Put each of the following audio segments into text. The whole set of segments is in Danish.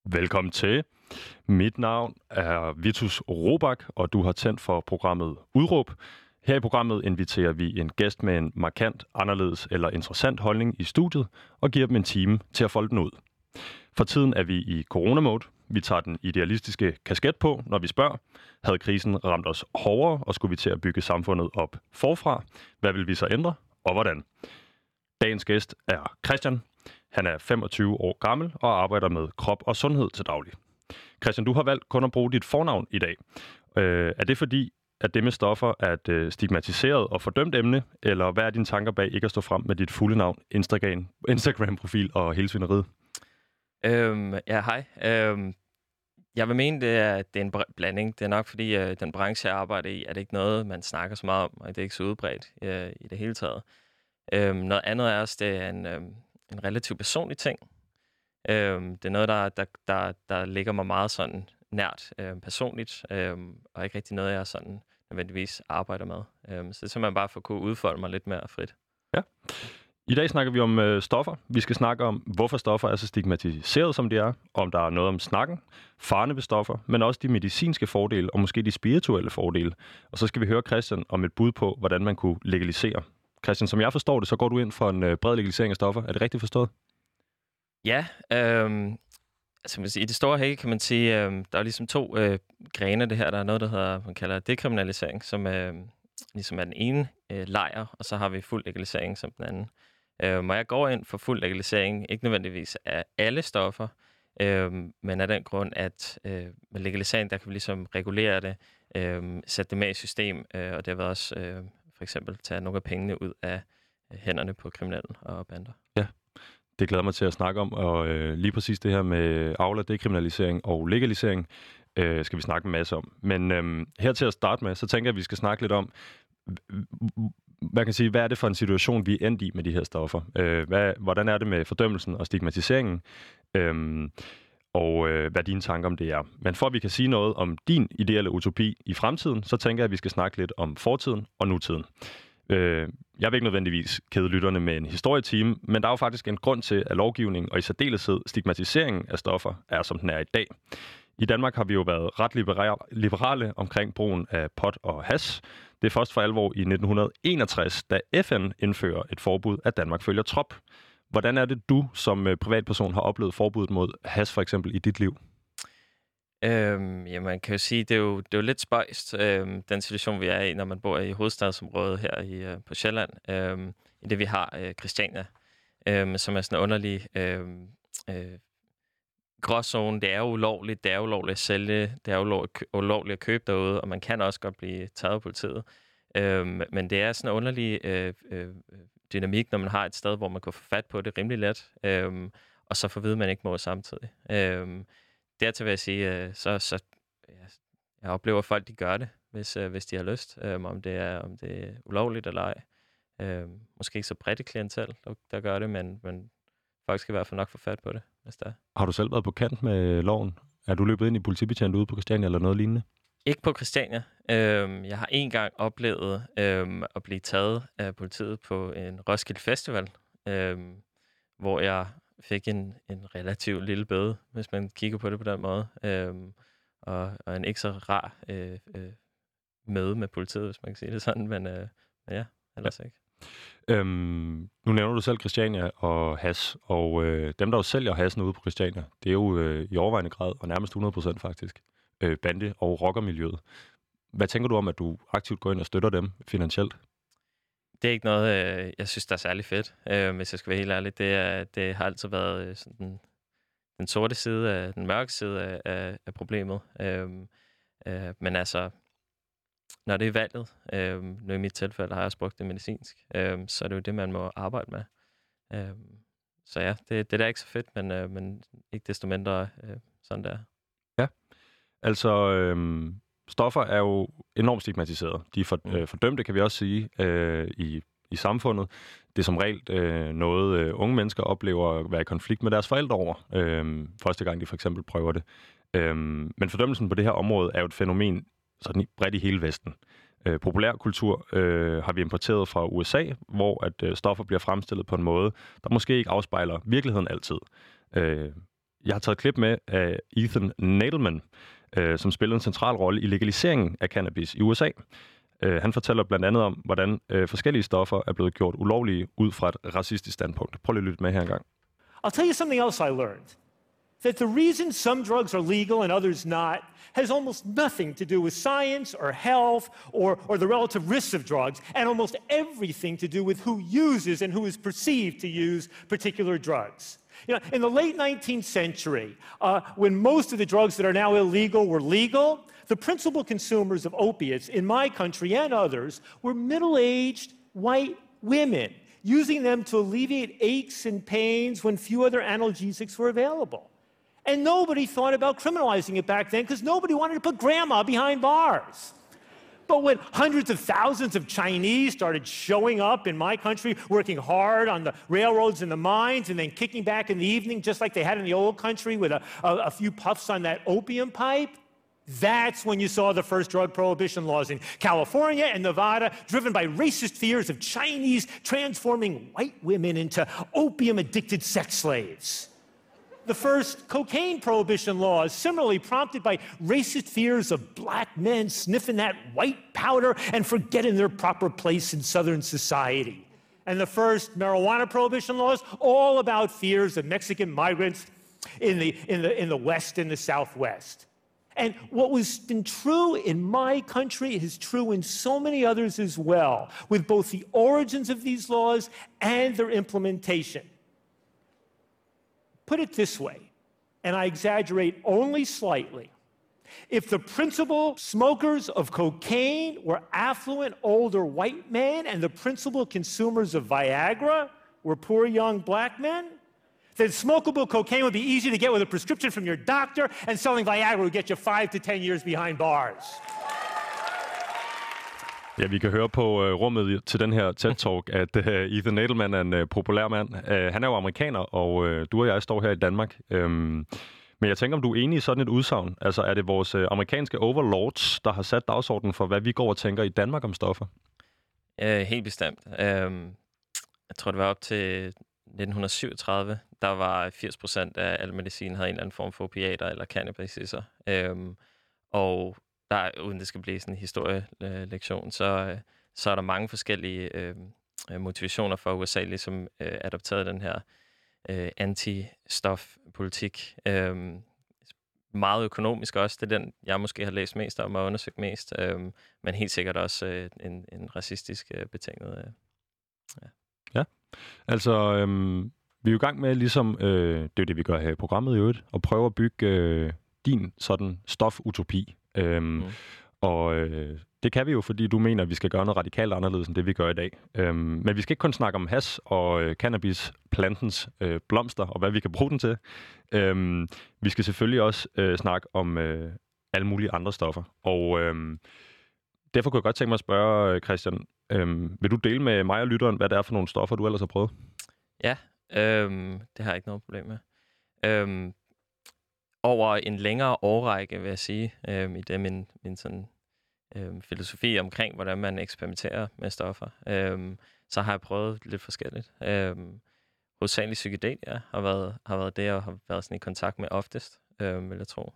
Velkommen til. Mit navn er Vitus Robak, og du har tændt for programmet Udråb. Her i programmet inviterer vi en gæst med en markant, anderledes eller interessant holdning i studiet, og giver dem en time til at folde den ud. For tiden er vi i corona-mode. Vi tager den idealistiske kasket på, når vi spørger. Havde krisen ramt os hårdere, og skulle vi til at bygge samfundet op forfra? Hvad vil vi så ændre, og hvordan? Dagens gæst er Christian. Han er 25 år gammel og arbejder med krop og sundhed til daglig. Christian, du har valgt kun at bruge dit fornavn i dag. Er det fordi, at det med stoffer er et stigmatiseret og fordømt emne, eller hvad er dine tanker bag ikke at stå frem med dit fulde navn, Instagram-profil og hele svineriet? Hej. Jeg vil mene, det er en blanding. Det er nok fordi, den branche, jeg arbejder i, er det ikke noget, man snakker så meget om, og det er ikke så udbredt i det hele taget. Noget andet er også, det er en relativt personlig ting. Det er noget, der ligger mig meget sådan nært personligt, og ikke rigtig noget, jeg sådan nødvendigvis arbejder med. Så det er simpelthen bare for at kunne udfolde mig lidt mere frit. Ja. I dag snakker vi om stoffer. Vi skal snakke om, hvorfor stoffer er så stigmatiseret, som de er, om der er noget om snakken, farerne ved stoffer, men også de medicinske fordele og måske de spirituelle fordele. Og så skal vi høre Christian om et bud på, hvordan man kunne legalisere. Christian, som jeg forstår det, så går du ind for en bred legalisering af stoffer. Er det rigtigt forstået? Ja, i det store hele kan man sige, der er ligesom to grene af det her. Der er noget, der hedder, man kalder dekriminalisering, som ligesom er den ene lejr, og så har vi fuld legalisering som den anden. Og jeg går ind for fuld legalisering, ikke nødvendigvis af alle stoffer, men af den grund, at med legalisering, der kan vi ligesom regulere det, sætte det med i system, og det vil også for eksempel tage nogle af pengene ud af hænderne på kriminelle og bander. Ja, det glæder mig til at snakke om, og lige præcis det her med avl- og dekriminalisering og legalisering skal vi snakke en masse om. Men her til at starte med, så tænker jeg, at vi skal snakke lidt om, hvad er det for en situation, vi er endt i med de her stoffer? Hvordan er det med fordømmelsen og stigmatiseringen? Og hvad dine tanker om det er. Men for at vi kan sige noget om din ideelle utopi i fremtiden, så tænker jeg, at vi skal snakke lidt om fortiden og nutiden. Jeg vil ikke nødvendigvis kede lytterne med en historietime, men der er jo faktisk en grund til, at lovgivningen og i særdeleshed stigmatiseringen af stoffer er, som den er i dag. I Danmark har vi jo været ret liberale omkring brugen af pot og hash. Det er først for alvor i 1961, da FN indfører et forbud, at Danmark følger trop. Hvordan er det, du som privatperson har oplevet forbuddet mod hash for eksempel i dit liv? Man kan jo sige, det er jo lidt spøjst, den situation, vi er i, når man bor i hovedstadsområdet her på Sjælland. I det vi har Christiania, som er sådan en underlig gråzone. Det er ulovligt, at sælge, det er ulovligt at købe derude, og man kan også godt blive taget af politiet. Men det er sådan en underlig dynamik, når man har et sted, hvor man kan få fat på det rimelig let, og så får at vide, at man ikke må samtidig. Dertil vil jeg sige, jeg oplever, at folk de gør det, hvis de har lyst, om det er ulovligt eller ej. Måske ikke så bredt et klientel, der gør det, men folk skal i hvert fald nok få fat på det, hvis der er. Har du selv været på kant med loven? Er du løbet ind i politibetjent ude på Christiania eller noget lignende? Ikke på Christiania. Jeg har en gang oplevet at blive taget af politiet på en Roskilde Festival, hvor jeg fik en relativt lille bøde, hvis man kigger på det på den måde. Og en ikke så rar møde med politiet, hvis man kan sige det sådan, men ja, ellers ikke. Nu nævner du selv Christiania og hash, og dem, der jo sælger hashen ude på Christiania, det er jo i overvejende grad, og nærmest 100% faktisk, bande- og rockermiljøet. Hvad tænker du om, at du aktivt går ind og støtter dem finansielt? Det er ikke noget, jeg synes, der er særlig fedt, hvis jeg skal være helt ærlig. Det har altid været sådan den sorte side, den mørke side af problemet. Men altså, når det er valget, nu i mit tilfælde har jeg også brugt det medicinsk, så er det jo det, man må arbejde med. Så ja, det er da ikke så fedt, men ikke desto mindre sådan der. Ja, altså stoffer er jo enormt stigmatiseret. De er fordømte, kan vi også sige, i samfundet. Det er som regel noget, unge mennesker oplever at være i konflikt med deres forældre over, første gang de for eksempel prøver det. Men fordømmelsen på det her område er jo et fænomen sådan bredt i hele Vesten. Populærkultur har vi importeret fra USA, hvor at stoffer bliver fremstillet på en måde, der måske ikke afspejler virkeligheden altid. Jeg har taget et klip med af Ethan Nadelmann, som spillede en central rolle i legaliseringen af cannabis i USA. Han fortæller blandt andet om, hvordan forskellige stoffer er blevet gjort ulovlige ud fra et racistisk standpunkt. Prøv lige at lytte med her engang. I'll tell you something else I learned. That the reason some drugs are legal and others not has almost nothing to do with science or health or the relative risks of drugs, and almost everything to do with who uses and who is perceived to use particular drugs. You know, in the late 19th century, when most of the drugs that are now illegal were legal, the principal consumers of opiates in my country and others were middle-aged white women, using them to alleviate aches and pains when few other analgesics were available. And nobody thought about criminalizing it back then because nobody wanted to put grandma behind bars. But when hundreds of thousands of Chinese started showing up in my country, working hard on the railroads and the mines, and then kicking back in the evening, just like they had in the old country with a few puffs on that opium pipe, that's when you saw the first drug prohibition laws in California and Nevada, driven by racist fears of Chinese transforming white women into opium-addicted sex slaves. The first cocaine prohibition laws, similarly prompted by racist fears of black men sniffing that white powder and forgetting their proper place in Southern society. And the first marijuana prohibition laws, all about fears of Mexican migrants in the West and the Southwest. And what was been true in my country is true in so many others as well, with both the origins of these laws and their implementation. Put it this way, and I exaggerate only slightly. If the principal smokers of cocaine were affluent older white men and the principal consumers of Viagra were poor young black men, then smokable cocaine would be easy to get with a prescription from your doctor, and selling Viagra would get you 5 to 10 years behind bars. Ja, vi kan høre på rummet til den her TED-talk, at Ethan Nadelmann er en populær mand. Han er jo amerikaner, og du og jeg står her i Danmark. Men jeg tænker, om du er enig i sådan et udsagn. Altså, er det vores amerikanske overlords, der har sat dagsordenen for, hvad vi går og tænker i Danmark om stoffer? Helt bestemt. Jeg tror, det var op til 1937, der var 80% af al medicin havde en eller anden form for opiater eller cannabis i sig. Og der, uden det skal blive sådan en historielektion, så er der mange forskellige motivationer for USA, ligesom adopteret den her anti-stof-politik. Meget økonomisk også, det er den, jeg måske har læst mest om og undersøgt mest, men helt sikkert også en racistisk betinget. Ja, altså vi er jo i gang med, ligesom, det er jo det, vi gør her i programmet i øvrigt, at prøve at bygge din sådan stofutopi. Og det kan vi jo, fordi du mener, at vi skal gøre noget radikalt anderledes, end det vi gør i dag. Men vi skal ikke kun snakke om hash og cannabisplantens blomster, og hvad vi kan bruge den til. Vi skal selvfølgelig også snakke om alle mulige andre stoffer. Og derfor kunne jeg godt tænke mig at spørge, Christian, vil du dele med mig og lytteren, hvad det er for nogle stoffer, du ellers har prøvet? Ja, det har jeg ikke noget problem med. Over en længere årrække, vil jeg sige, i det min sådan, filosofi omkring, hvordan man eksperimenterer med stoffer, så har jeg prøvet lidt forskelligt. Hovedsageligt psykedelia har været det, jeg har været sådan i kontakt med oftest, vil jeg tro.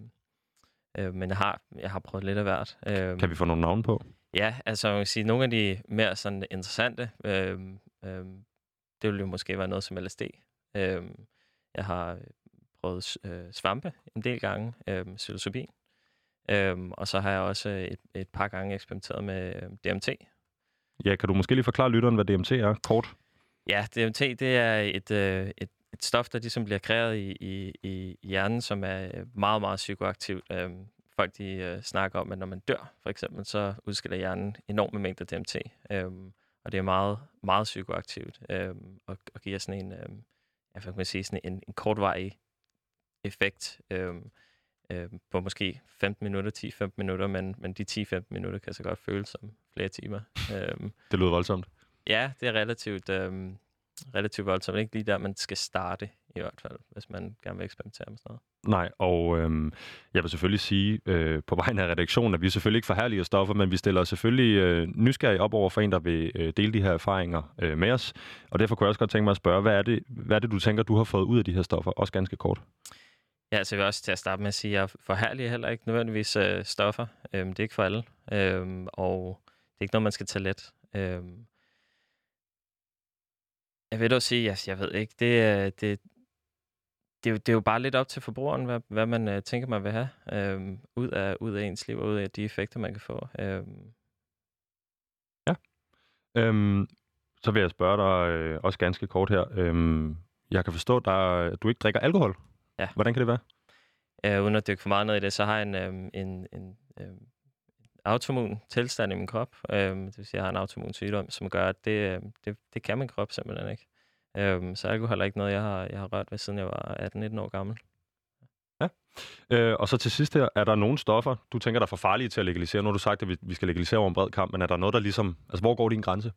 Men jeg har prøvet lidt af hvert. Kan vi få nogle navne på? Ja, altså man kan sige, nogle af de mere sådan interessante, det vil jo måske være noget som LSD. Jeg har prøvet svampe en del gange, psilocybin. Og så har jeg også et par gange eksperimenteret med DMT. Ja, kan du måske lige forklare lytteren, hvad DMT er, kort? Ja, DMT, det er et stof, der ligesom bliver kreeret i hjernen, som er meget, meget psykoaktivt. Folk de snakker om, at når man dør, for eksempel, så udskiller hjernen enorme mængder DMT. Og det er meget, meget psykoaktivt. Og giver sådan en, jeg kan sige, sådan en kortvarig effekt på måske 15 minutter, 10-15 minutter, men de 10-15 minutter kan så godt føles som flere timer. Det lyder voldsomt. Ja, det er relativt voldsomt. Ikke lige der, man skal starte i hvert fald, hvis man gerne vil eksperimentere med sådan noget. Nej, og jeg vil selvfølgelig sige på vegne af redaktionen, at vi selvfølgelig ikke forherliger stoffer, men vi stiller selvfølgelig nysgerrig op over for en, der vil dele de her erfaringer med os. Og derfor kunne jeg også godt tænke mig at spørge, hvad er det, du tænker, du har fået ud af de her stoffer? Også ganske kort. Ja, så jeg vil også til at starte med at sige, at jeg forherliger heller ikke nødvendigvis stoffer. Det er ikke for alle, og det er ikke noget, man skal tage let. Jeg vil dog sige, jeg ved ikke, det er jo bare lidt op til forbrugeren, hvad man tænker, man vil have ud af ens liv, og ud af de effekter, man kan få. Ja. Så vil jeg spørge dig også ganske kort her. Jeg kan forstå, at du ikke drikker alkohol. Ja. Hvordan kan det være? Uden at dykke for meget ned i det, så har jeg en autoimmun tilstand i min krop. Det vil sige, at jeg har en autoimmun sygdom, som gør, at det kan min krop simpelthen ikke. Så alkohol er ikke noget, jeg har rørt ved, siden jeg var 18-19 år gammel. Ja. Og så til sidst her, er der nogle stoffer, du tænker, der er for farlige til at legalisere? Nu har du sagt, at vi skal legalisere over en bred kamp, men er der noget, der ligesom... Altså, hvor går din grænse?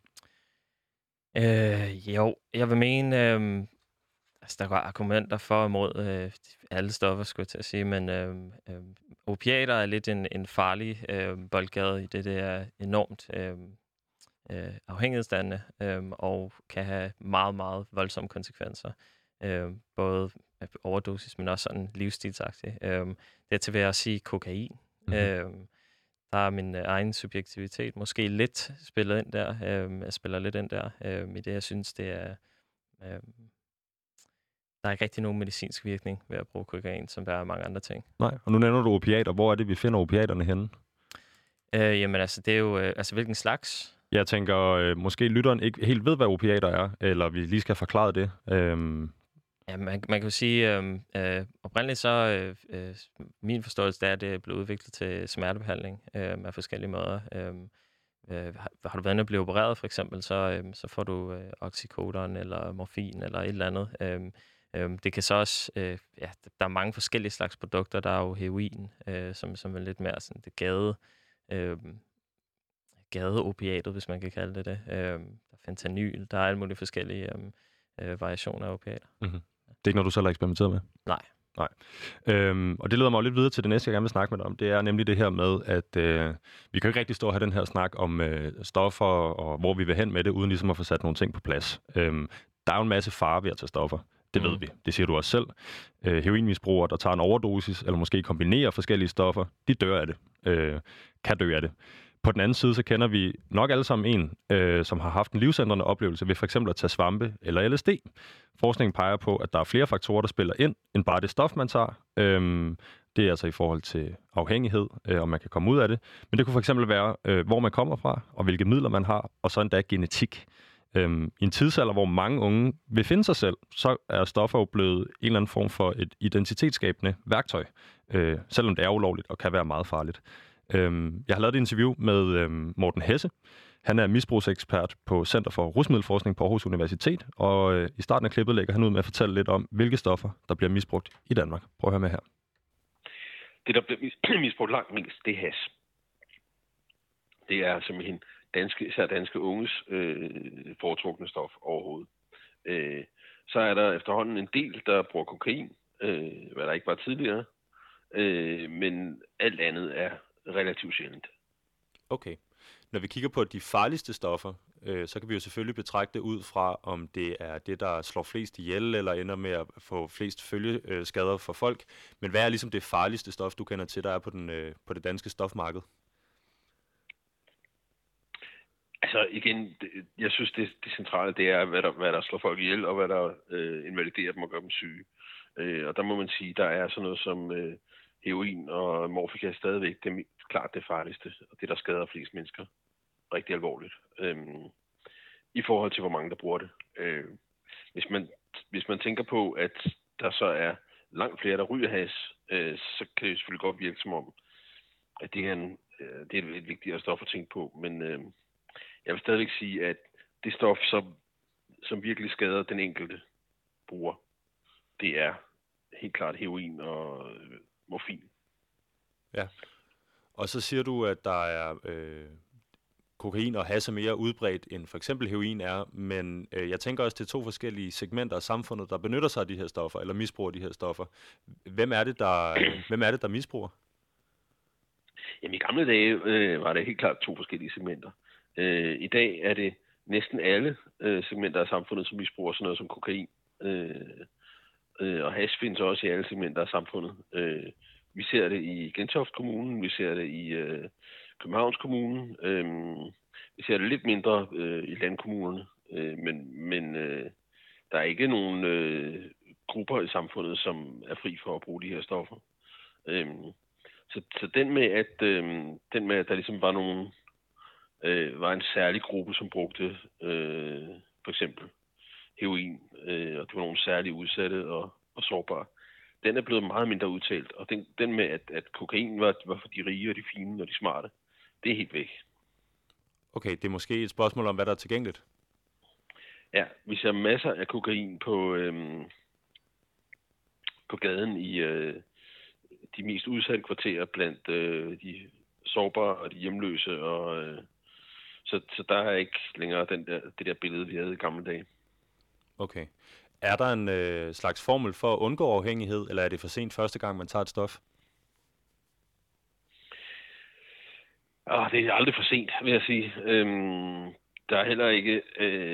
Jo, jeg vil mene... Altså, der går argumenter for og imod alle stoffer, skulle jeg til at sige, men opiater er lidt en farlig boldgade i det er enormt afhængighedsdannende og kan have meget, meget voldsomme konsekvenser. Både overdosis, men også sådan livsstilsagtigt. Det vil jeg sige kokain. Mm-hmm. Der er min egen subjektivitet måske lidt spillet ind der. Jeg spiller lidt ind der i det, jeg synes, det er... Der er ikke rigtig nogen medicinsk virkning ved at bruge kokain, som der er mange andre ting. Nej, og nu nævner du opiater. Hvor er det, vi finder opiaterne henne? Jamen altså, det er jo... hvilken slags? Jeg tænker, måske lytteren ikke helt ved, hvad opiater er, eller vi lige skal forklare det. Ja, man kan jo sige, oprindeligt så... min forståelse er, at det er blevet udviklet til smertebehandling af forskellige måder. Har du været inde og blive opereret, for eksempel, så får du oxycodon eller morfin eller et eller andet. Det kan så også, der er mange forskellige slags produkter. Der er jo heroin, som er lidt mere sådan det gadeopiatet, hvis man kan kalde det det. Der er fentanyl, der er alle mulige forskellige variationer af opiater. Mm-hmm. Det er ikke noget, du selv har eksperimenteret med? Nej. Og det leder mig jo lidt videre til det næste, jeg gerne vil snakke med dig om. Det er nemlig det her med, at vi kan ikke rigtig stå og have den her snak om stoffer og hvor vi vil hen med det, uden ligesom at få sat nogle ting på plads. Der er jo en masse fare ved at tage stoffer. Det ved vi. Det siger du også selv. Heroinmisbrugere, der tager en overdosis, eller måske kombinerer forskellige stoffer, de dør af det. Kan dø af det. På den anden side, så kender vi nok alle sammen en, som har haft en livsændrende oplevelse ved for eksempel at tage svampe eller LSD. Forskningen peger på, at der er flere faktorer, der spiller ind, end bare det stof, man tager. Det er altså i forhold til afhængighed, om man kan komme ud af det. Men det kunne for eksempel være, hvor man kommer fra, og hvilke midler man har, og så endda genetik. I en tidsalder, hvor mange unge vil finde sig selv, så er stoffer jo blevet en eller anden form for et identitetsskabende værktøj, selvom det er ulovligt og kan være meget farligt. Jeg har lavet et interview med Morten Hesse. Han er misbrugsekspert på Center for Rusmiddelforskning på Aarhus Universitet, og i starten af klippet lægger han ud med at fortælle lidt om, hvilke stoffer, der bliver misbrugt i Danmark. Prøv at høre med her. Det, der bliver misbrugt langt mest, det er hash. Det er simpelthen især danske unges foretrukne stof overhovedet. Så er der efterhånden en del, der bruger kokain, hvad der ikke var tidligere, men alt andet er relativt sjældent. Okay. Når vi kigger på de farligste stoffer, så kan vi jo selvfølgelig betragte ud fra, om det er det, der slår flest ihjel, eller ender med at få flest følgeskader for folk. Men hvad er ligesom det farligste stof, du kender til, der er på det danske stofmarked? Altså igen, jeg synes, det centrale, det er, hvad der slår folk ihjel, og hvad der invaliderer dem og gør dem syge. Og der må man sige, der er sådan noget som heroin og morfika stadigvæk klart det farligste, og det, der skader flest mennesker rigtig alvorligt. I forhold til, hvor mange der bruger det. Hvis man tænker på, at der så er langt flere, der ryger hash, så kan det selvfølgelig godt virke som om, at det er et vigtigere stof at tænke på. Men jeg vil stadigvæk sige, at det stof, som virkelig skader den enkelte bruger, det er helt klart heroin og morfin. Ja. Og så siger du, at der er kokain og hash er mere udbredt end for eksempel heroin er, men jeg tænker også, det er 2 forskellige segmenter af samfundet, der benytter sig af de her stoffer, eller misbruger de her stoffer. Hvem er det, der misbruger? Jamen i gamle dage var det helt klart 2 forskellige segmenter. I dag er det næsten alle segmenter af samfundet, som misbruger sådan noget som kokain. Og hash findes også i alle segmenter af samfundet. Vi ser det i Gentofte Kommune, vi ser det i Københavns Kommune, vi ser det lidt mindre i landkommunerne, men der er ikke nogen grupper i samfundet, som er fri for at bruge de her stoffer. Så den med, at der ligesom var en særlig gruppe, som brugte for eksempel heroin, og det var nogle særligt udsatte og sårbare, den er blevet meget mindre udtalt. Og den med, at kokain var for de rige og de fine og de smarte, det er helt væk. Okay, det er måske et spørgsmål om, hvad der er tilgængeligt. Ja, vi ser masser af kokain på gaden i de mest udsatte kvarterer blandt de sårbare og de hjemløse. Så der er ikke længere det der billede, vi havde i gamle dage. Okay. Er der en slags formel for at undgå afhængighed, eller er det for sent første gang, man tager et stof? Det er aldrig for sent, vil jeg sige. Der er heller ikke...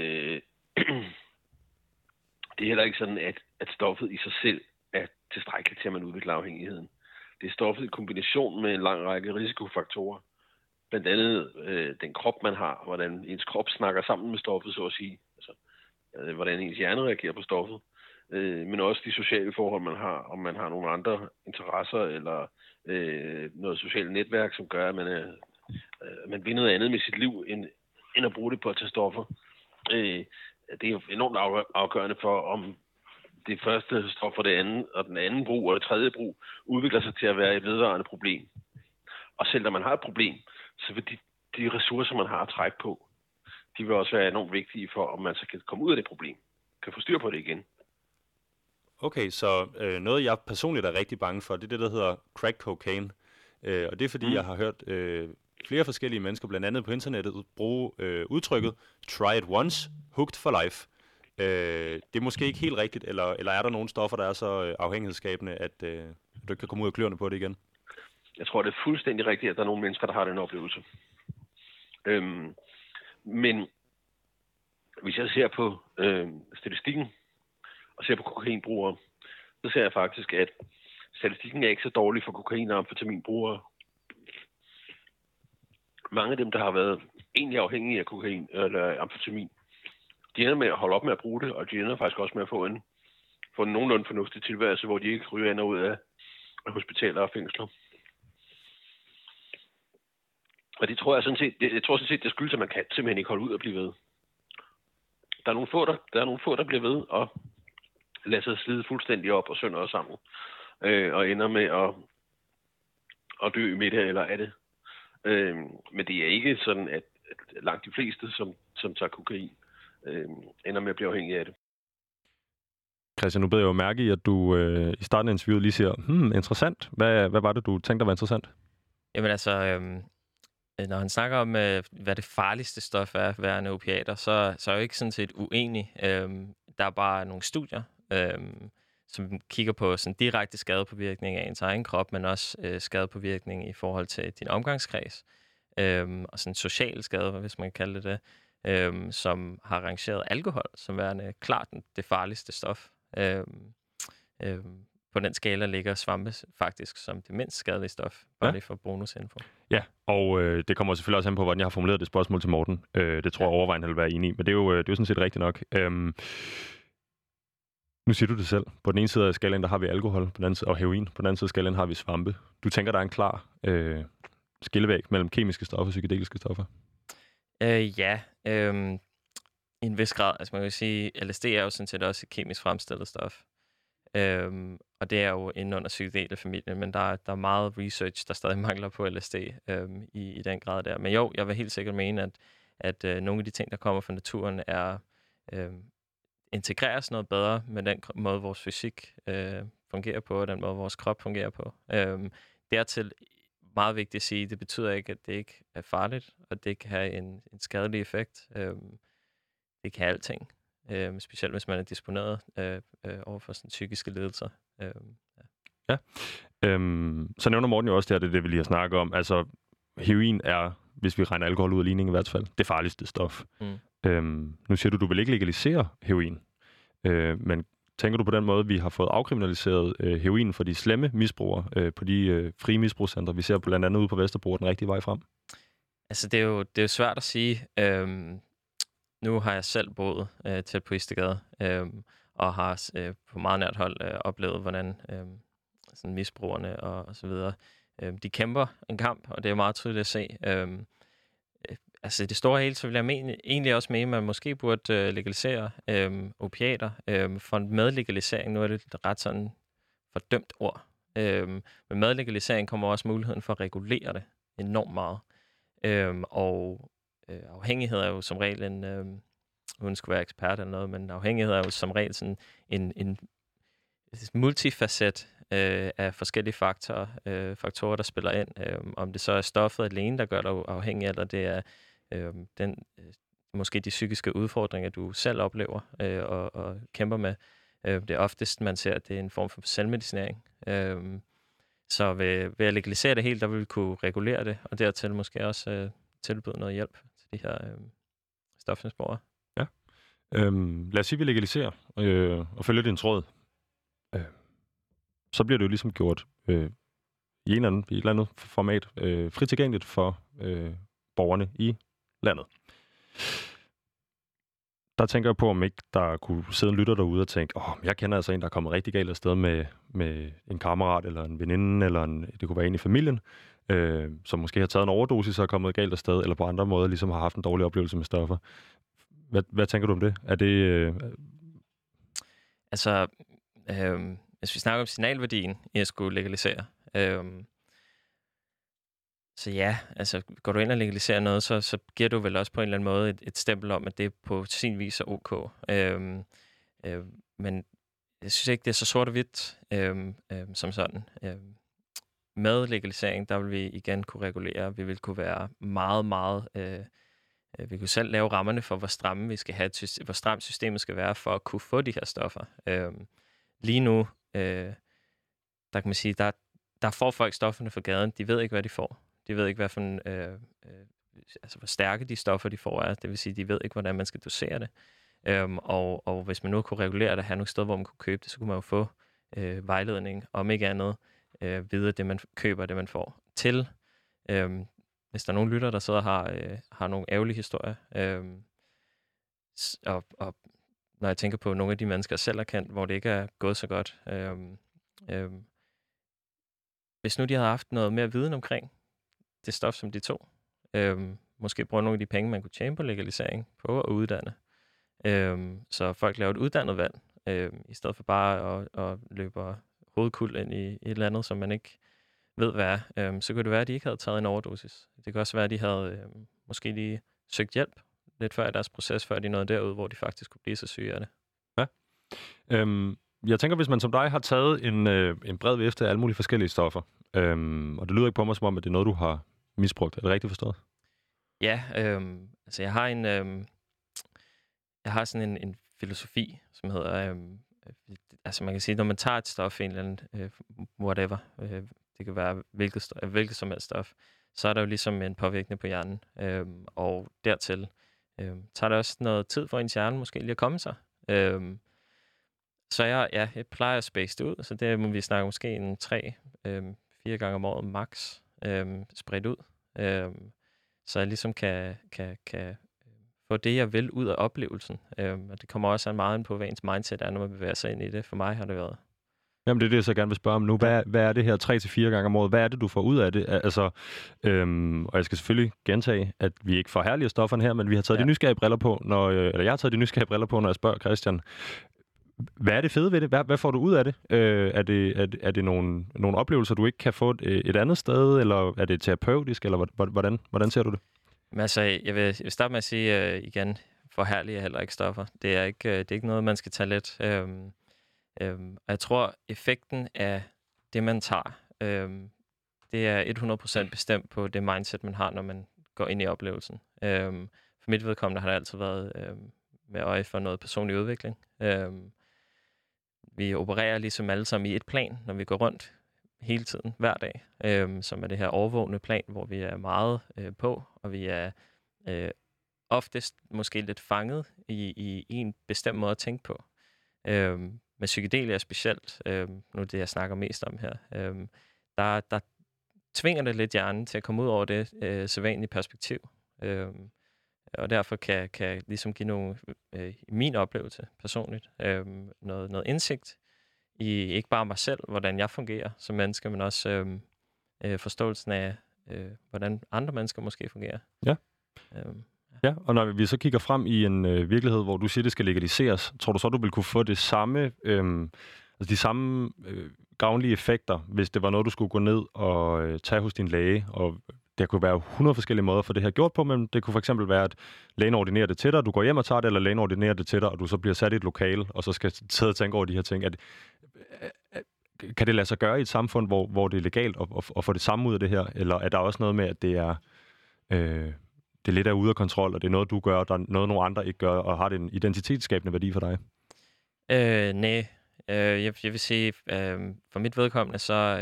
det er heller ikke sådan, at stoffet i sig selv er tilstrækkeligt til, at man udvikler afhængigheden. Det er stoffet i kombination med en lang række risikofaktorer. Blandt andet den krop, man har, hvordan ens krop snakker sammen med stoffet, så at sige. Altså, hvordan ens hjerne reagerer på stoffet. Men også de sociale forhold, man har. Om man har nogle andre interesser, eller noget socialt netværk, som gør, at man vil noget andet med sit liv, end at bruge det på at tage stoffer. Det er jo enormt afgørende for, om det første stof for det andet, og den anden brug og det tredje brug, udvikler sig til at være et vedvarende problem. Og selv når man har et problem, så vil de ressourcer, man har at trække på, de vil også være enormt vigtige for, om man så kan komme ud af det problem. Kan få styr på det igen. Okay, så noget jeg personligt er rigtig bange for, det er det, der hedder crack cocaine. Og det er fordi, jeg har hørt flere forskellige mennesker, blandt andet på internettet, bruge udtrykket try it once, hooked for life. Det er måske ikke helt rigtigt, eller er der nogle stoffer, der er så afhængighedsskabende, at du ikke kan komme ud af kløerne på det igen? Jeg tror, det er fuldstændig rigtigt, at der er nogle mennesker, der har den oplevelse. Men hvis jeg ser på statistikken, og ser på kokainbrugere, så ser jeg faktisk, at statistikken er ikke så dårlig for kokain- og amfetaminbrugere. Mange af dem, der har været egentlig afhængige af kokain eller amfetamin, de ender med at holde op med at bruge det, og de ender faktisk også med at få en nogenlunde fornuftig tilværelse, hvor de ikke ryger ind og ud af hospitaler og fængsler. Og det tror jeg sådan set, det skyldes, at man kan simpelthen ikke holde ud og blive ved. Der er nogle få, der bliver ved og lader sig slide fuldstændig op og sønder og sammen. Og ender med at dø midt eller af det. Men det er ikke sådan, at langt de fleste, som tager kokain, ender med at blive afhængige af det. Christian, nu beder jeg jo mærke i, at du i starten af interviewet lige siger, interessant. Hvad var det, du tænkte var interessant? Jamen altså, når han snakker om, hvad det farligste stof er, værende opiater, så er jeg ikke sådan set uenig. Der er bare nogle studier, som kigger på sådan direkte skadepåvirkning af ens egen krop, men også skadepåvirkning i forhold til din omgangskreds. Og sådan social skade, hvis man kan kalde det det, som har rangeret alkohol som værende klart det farligste stof. På den skala ligger svampe faktisk som det mindst skadelige stof, bare lige for bonusinfo. Ja, og det kommer selvfølgelig også an på, hvordan jeg har formuleret det spørgsmål til Morten. Det tror jeg overvejende vil være enig i, men det er jo sådan set rigtigt nok. Nu siger du det selv. På den ene side af skalaen, der har vi alkohol, på den anden side, og heroin. På den anden side af skalaen har vi svampe. Du tænker, der er en klar skillevæg mellem kemiske stoffer og psykedeliske stoffer? Ja, i en vis grad. Altså man kan sige, LSD er jo sådan set også et kemisk fremstillet stof. Og det er jo inde under psykedelefamilien, men der er meget research, der stadig mangler på LSD i den grad der. Men jo, jeg vil helt sikkert mene, at nogle af de ting, der kommer fra naturen, er integreres noget bedre med den måde, vores fysik fungerer på, og den måde, vores krop fungerer på. Dertil meget vigtigt at sige, det betyder ikke, at det ikke er farligt, og det kan have en skadelig effekt. Det kan alting. Specielt hvis man er disponeret over for sådan psykiske lidelser. Ja. Så nævner Morten jo også det vi lige har snakket om. Altså, heroin er, hvis vi regner alkohol ud af ligningen i hvert fald, det farligste stof. Nu siger du vil ikke legalisere heroin. Men tænker du på den måde, vi har fået afkriminaliseret heroin for de slemme misbrugere på de frie misbrugscentre, vi ser blandt andet ude på Vesterbro, den rigtige vej frem? Altså, det er jo svært at sige. Nu har jeg selv boet tæt på Istedgade, og har på meget nært hold oplevet, hvordan sådan misbrugerne og så videre, de kæmper en kamp, og det er meget tydeligt at se. Altså det store hele, så vil jeg egentlig også mene, at man måske burde legalisere opiater. For med legalisering, nu er det et ret sådan fordømt ord, men med legalisering kommer også muligheden for at regulere det enormt meget. Og afhængighed er jo som regel uden skulle være ekspert eller noget, men afhængighed er jo som regel sådan en multifacet af forskellige faktorer, der spiller ind. Om det så er stoffet alene, der gør dig afhængig, eller det er måske de psykiske udfordringer, du selv oplever og kæmper med. Det er oftest, man ser, at det er en form for selvmedicinering. Så ved at legalisere det helt, der vil vi kunne regulere det, og dertil måske også tilbyde noget hjælp til de her stofmisbrugere. Ja. Lad os sige, at vi legaliserer og følger din tråd. Så bliver det jo ligesom gjort i et eller andet format frit tilgængeligt for borgerne i landet. Der tænker jeg på, om ikke der kunne sidde en lytter derude og tænke, jeg kender altså en, der er kommet rigtig galt afsted med en kammerat, eller en veninde, eller det kunne være en i familien, som måske har taget en overdosis og er kommet galt afsted, eller på andre måder ligesom har haft en dårlig oplevelse med stoffer. Hvad tænker du om det? Er det... Altså, hvis vi snakker om signalværdien i at skulle legalisere, så ja, altså går du ind og legaliserer noget, så giver du vel også på en eller anden måde et stempel om, at det på sin vis er ok. Men jeg synes ikke, det er så sort og hvidt som sådan. Med legalisering, der vil vi igen kunne regulere. Vi vil kunne være meget, meget... vi kunne selv lave rammerne for, hvor stramme vi skal have, hvor stramt systemet skal være for at kunne få de her stoffer. Lige nu, der kan man sige, der får folk stofferne fra gaden. De ved ikke, hvad de får. De ved ikke, hvad for hvor stærke de stoffer, de får er. Det vil sige, de ved ikke, hvordan man skal dosere det. Og hvis man nu kunne regulere det, have nogle steder, hvor man kunne købe det, så kunne man jo få vejledning, om ikke andet, vide det, man køber, det, man får. Til, hvis der er nogle lytter, der sidder og har nogle ærgerlige historier, og når jeg tænker på nogle af de mennesker, jeg selv har kendt, hvor det ikke er gået så godt, hvis nu de havde haft noget mere viden omkring det stof, som de tog, måske bruge nogle af de penge, man kunne tjene på legalisering, på at uddanne. Så folk laver et uddannet valg, i stedet for bare at løbe hovedkuld ind i et eller andet, som man ikke ved, hvad er. Så kunne det være, at de ikke havde taget en overdosis. Det kan også være, at de havde måske lige søgt hjælp lidt før i deres proces, før de nåede derud, hvor de faktisk kunne blive så syge af det. Ja. Jeg tænker, hvis man som dig har taget en bred vifte af alle mulige forskellige stoffer, og det lyder ikke på mig som om, at det er noget, du har misbrugt. Er det rigtigt forstået? Ja, altså jeg har sådan en filosofi, som hedder, altså man kan sige, når man tager et stof, en eller anden, whatever, det kan være hvilket som helst stof, så er der jo ligesom en påvirkning på hjernen, og dertil tager det også noget tid for ens hjerne måske lige at komme sig. Så jeg plejer at space det ud, så det må vi snakke måske en 3-4 gange om året max spredt ud. Så jeg ligesom kan få det, jeg vil, ud af oplevelsen. Og det kommer også meget ind på, hvad ens mindset er, når man bevæger sig ind i det. For mig har det været. Jamen det er det, jeg så gerne vil spørge om nu. Hvad er det her 3-4 gange om året? Hvad er det, du får ud af det? Altså, og jeg skal selvfølgelig gentage, at vi ikke forherliger stofferne her, men vi har taget de nysgerrige briller på, eller jeg har taget de nysgerrige briller på, når jeg spørger Christian. Hvad er det fede ved det? Hvad får du ud af det? Er det nogle oplevelser, du ikke kan få et andet sted, eller er det terapeutisk, eller hvordan ser du det? Men altså, jeg vil starte med at sige igen, forherliger heller ikke stoffer. Det er ikke noget, man skal tage let. Og jeg tror, effekten af det, man tager, det er 100% bestemt på det mindset, man har, når man går ind i oplevelsen. For mit vedkommende har det altid været med øje for noget personlig udvikling. Vi opererer ligesom alle sammen i et plan, når vi går rundt hele tiden, hver dag, som er det her overvågne plan, hvor vi er meget på, og vi er oftest måske lidt fanget i en bestemt måde at tænke på. Med psykedelia specielt, nu det jeg snakker mest om her, der tvinger det lidt hjernen til at komme ud over det sædvanlige perspektiv. Og derfor kan jeg ligesom give nogle, min oplevelse personligt, noget indsigt i ikke bare mig selv, hvordan jeg fungerer som menneske, men også forståelsen af, hvordan andre mennesker måske fungerer. Ja. Ja, og når vi så kigger frem i en virkelighed, hvor du siger, det skal legaliseres, tror du så, du vil kunne få det samme, altså de samme gavnlige effekter, hvis det var noget, du skulle gå ned og tage hos din læge? Og der kunne være 100 forskellige måder for det her gjort på, men det kunne for eksempel være, at lægen ordinerer det til dig, du går hjem og tager det, eller lægen ordinerer det til dig, og du så bliver sat i et lokale, og så skal sidde og tænke over de her ting. Kan det lade sig gøre i et samfund, hvor det er legalt at få det samme ud af det her? Eller er der også noget med, at det er lidt af ude af kontrol, og det er noget, du gør, og der er noget, nogle andre ikke gør, og har det en identitetsskabende værdi for dig? Nej. Jeg vil sige, for mit vedkommende,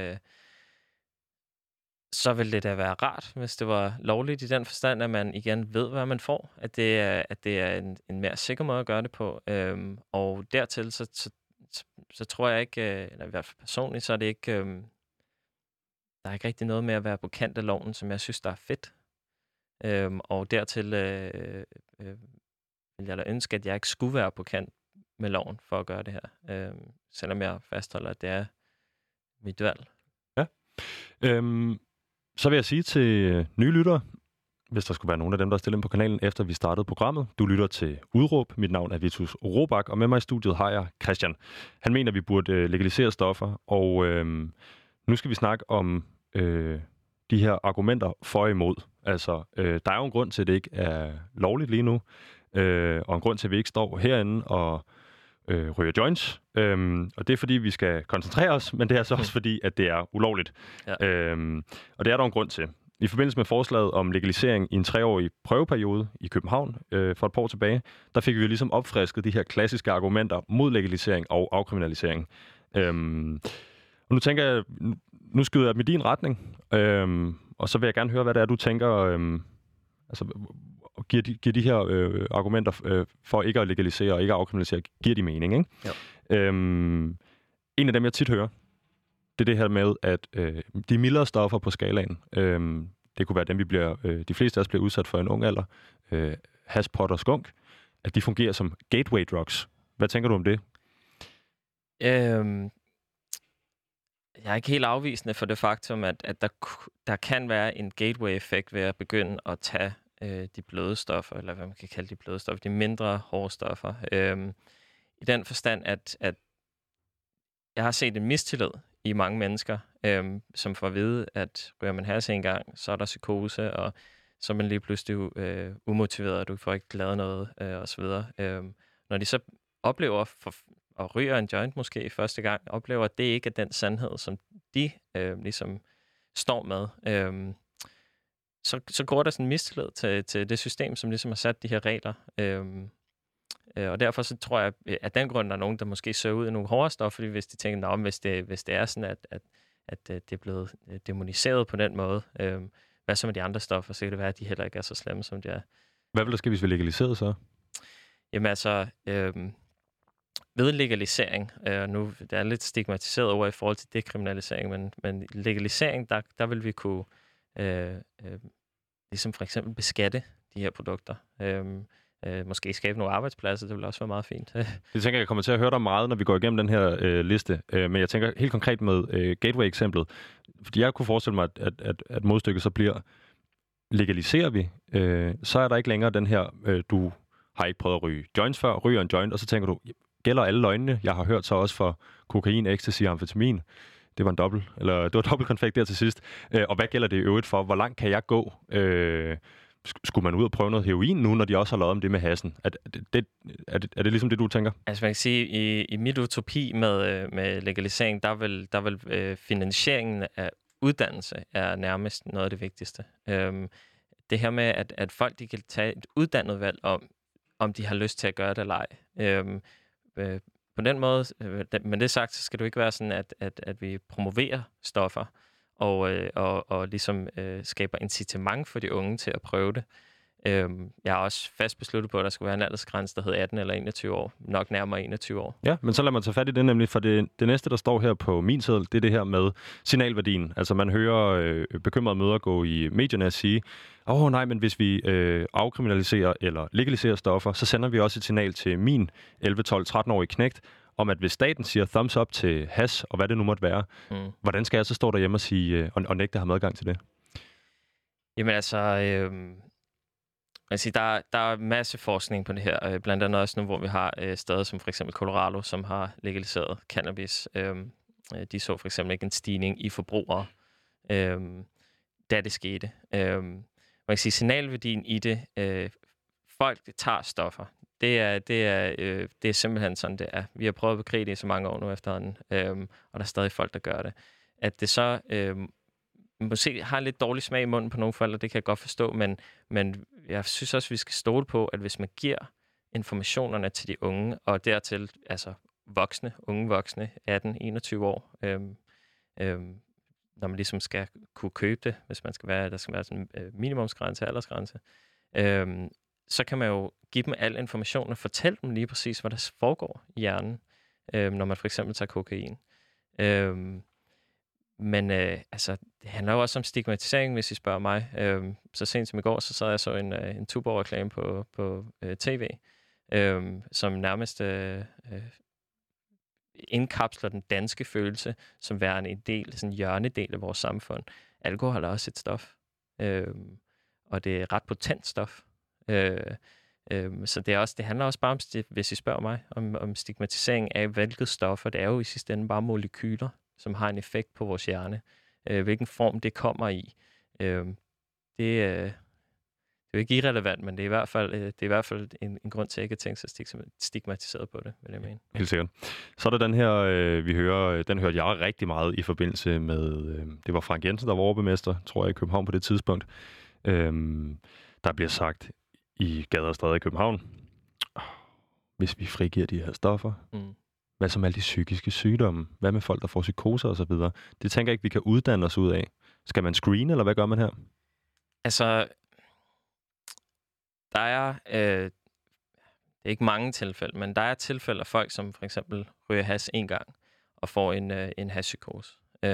så vil det da være rart, hvis det var lovligt i den forstand, at man igen ved, hvad man får. At det er en mere sikker måde at gøre det på. Og dertil, så tror jeg ikke, eller i hvert fald personligt, så er det ikke, der er ikke rigtig noget med at være på kant af loven, som jeg synes, der er fedt. Og dertil vil jeg da ønske, at jeg ikke skulle være på kant med loven for at gøre det her. Selvom jeg fastholder, at det er mit valg. Ja. Så vil jeg sige til nye lyttere, hvis der skulle være nogen af dem, der er stillet ind på kanalen, efter vi startede programmet. Du lytter til Udråb. Mit navn er Vitus Robak, og med mig i studiet har jeg Christian. Han mener, at vi burde legalisere stoffer, og nu skal vi snakke om de her argumenter for og imod. Altså, der er jo en grund til, at det ikke er lovligt lige nu, og en grund til, at vi ikke står herinde og ryger joints. Og det er, fordi vi skal koncentrere os, men det er så også fordi, at det er ulovligt. Ja. Og det er der en grund til. I forbindelse med forslaget om legalisering i en 3-årig prøveperiode i København for et par år tilbage, der fik vi jo ligesom opfrisket de her klassiske argumenter mod legalisering og afkriminalisering. Og nu tænker jeg, nu skyder jeg med din retning, og så vil jeg gerne høre, hvad det er, du tænker, giver de her argumenter for ikke at legalisere og ikke at afkriminalisere, giver de mening, ikke? Ja. En af dem, jeg tit hører, det er det her med, at de mildere stoffer på skalaen, det kunne være dem, de fleste af os bliver udsat for i en ung alder, hash, pot og skunk, at de fungerer som gateway drugs. Hvad tænker du om det? Jeg er ikke helt afvisende for det faktum, at der kan være en gateway-effekt ved at begynde at tage de bløde stoffer, eller hvad man kan kalde de bløde stoffer, de mindre hårde stoffer. I den forstand, at jeg har set en mistillid i mange mennesker, som får at vide, at ryger man hash en gang, så er der psykose, og så er man lige pludselig umotiveret, og du får ikke lavet noget, osv. Når de så oplever og ryger en joint måske første gang, oplever, at det ikke er den sandhed, som de ligesom står med, så går der sådan en mistillid til det system, som ligesom har sat de her regler. Og derfor så tror jeg, at den grund, der er nogen, der måske søger ud i nogle hårde stoffer, fordi hvis de tænker, hvis det er sådan, at det er blevet demoniseret på den måde, hvad så med de andre stoffer, så kan det være, at de heller ikke er så slemme, som de er. Hvad vil der ske, hvis vi legaliserede så? Jamen altså, ved legalisering, nu det er lidt stigmatiseret over i forhold til dekriminalisering, men legalisering, der vil vi kunne ligesom for eksempel beskatte de her produkter. Måske skabe nogle arbejdspladser, det vil også være meget fint. Jeg tænker, jeg kommer til at høre dig meget, når vi går igennem den her liste. Men jeg tænker helt konkret med Gateway-eksemplet. Fordi jeg kunne forestille mig, at modstykket så bliver, legaliserer vi, så er der ikke længere den her, du har ikke prøvet at ryge joints før, ryger en joint, og så tænker du, gælder alle løgnene? Jeg har hørt så også for kokain, ecstasy og amfetamin. Det var dobbeltkonfekt der til sidst. Og hvad gælder det i øvrigt for? Hvor langt kan jeg gå? Skulle man ud og prøve noget heroin nu, når de også har lavet om det med hassen? Er det ligesom det, du tænker? Altså man kan sige, i mit utopi med legalisering, der vil finansieringen af uddannelse er nærmest noget af det vigtigste. Det her med, at folk de kan tage et uddannet valg om de har lyst til at gøre det eller ej. På den måde, men det sagt, så skal det jo ikke være sådan, at vi promoverer stoffer og ligesom skaber incitament for de unge til at prøve det. Jeg er også fast besluttet på, at der skal være en aldersgrænse, der hedder 18 eller 21 år. Nok nærmere 21 år. Ja, men så lad mig tage fat i det nemlig, for det næste, der står her på min seddel, det er det her med signalværdien. Altså man hører bekymrede mødre gå i medierne og sige, nej, men hvis vi afkriminaliserer eller legaliserer stoffer, så sender vi også et signal til min 11, 12, 13-årige knægt, om at hvis staten siger thumbs up til hash, og hvad det nu måtte være, hvordan skal jeg så stå derhjemme og sige, og nægte at have medgang til det? Jamen altså... der er masse forskning på det her, blandt andet også nu, hvor vi har steder som for eksempel Colorado, som har legaliseret cannabis. De så for eksempel ikke en stigning i forbrugere, da det skete. Man kan sige, signalværdien i det, folk tager stoffer. Det er simpelthen sådan, det er. Vi har prøvet at bekrige det i så mange år nu efterhånden, og der er stadig folk, der gør det. At det så... måske har en lidt dårlig smag i munden på nogle forældre, det kan jeg godt forstå, men jeg synes også, vi skal stole på, at hvis man giver informationerne til de unge, og dertil altså unge voksne, 18-21 år, når man ligesom skal kunne købe det, hvis man der skal være sådan en minimumsgrænse, aldersgrænse, så kan man jo give dem al information og fortælle dem lige præcis, hvad der foregår i hjernen, når man for eksempel tager kokain. Men det handler jo også om stigmatisering, hvis I spørger mig. Så sent som i går, så sad jeg så en Tuborg-reklame på tv, som nærmest indkapsler den danske følelse, som værende en del, sådan en hjørnedel af vores samfund. Alkohol er også et stof, og det er et ret potent stof. Så det handler også bare om, hvis I spørger mig, om stigmatisering af hvilket stoffer. Det er jo i sidste ende bare molekyler, som har en effekt på vores hjerne. Hvilken form det kommer i, det er jo ikke irrelevant, men det er i hvert fald en grund til, at jeg ikke har tænkt sig stigmatiseret på det, vil jeg mene. Helt sikkert. Så er der den her, vi hører, den hørte jeg rigtig meget i forbindelse med, det var Frank Jensen, der var overborgmester, tror jeg, i København på det tidspunkt. Der bliver sagt i gader og stræder i København, hvis vi frigiver de her stoffer, hvad som alle de psykiske sygdomme? Hvad med folk, der får psykoser og så videre? Det tænker jeg ikke, vi kan uddanne os ud af. Skal man screene, eller hvad gør man her? Altså, der er det er ikke mange tilfælde, men der er tilfælde af folk, som for eksempel ryger hash en gang og får en hashpsykose.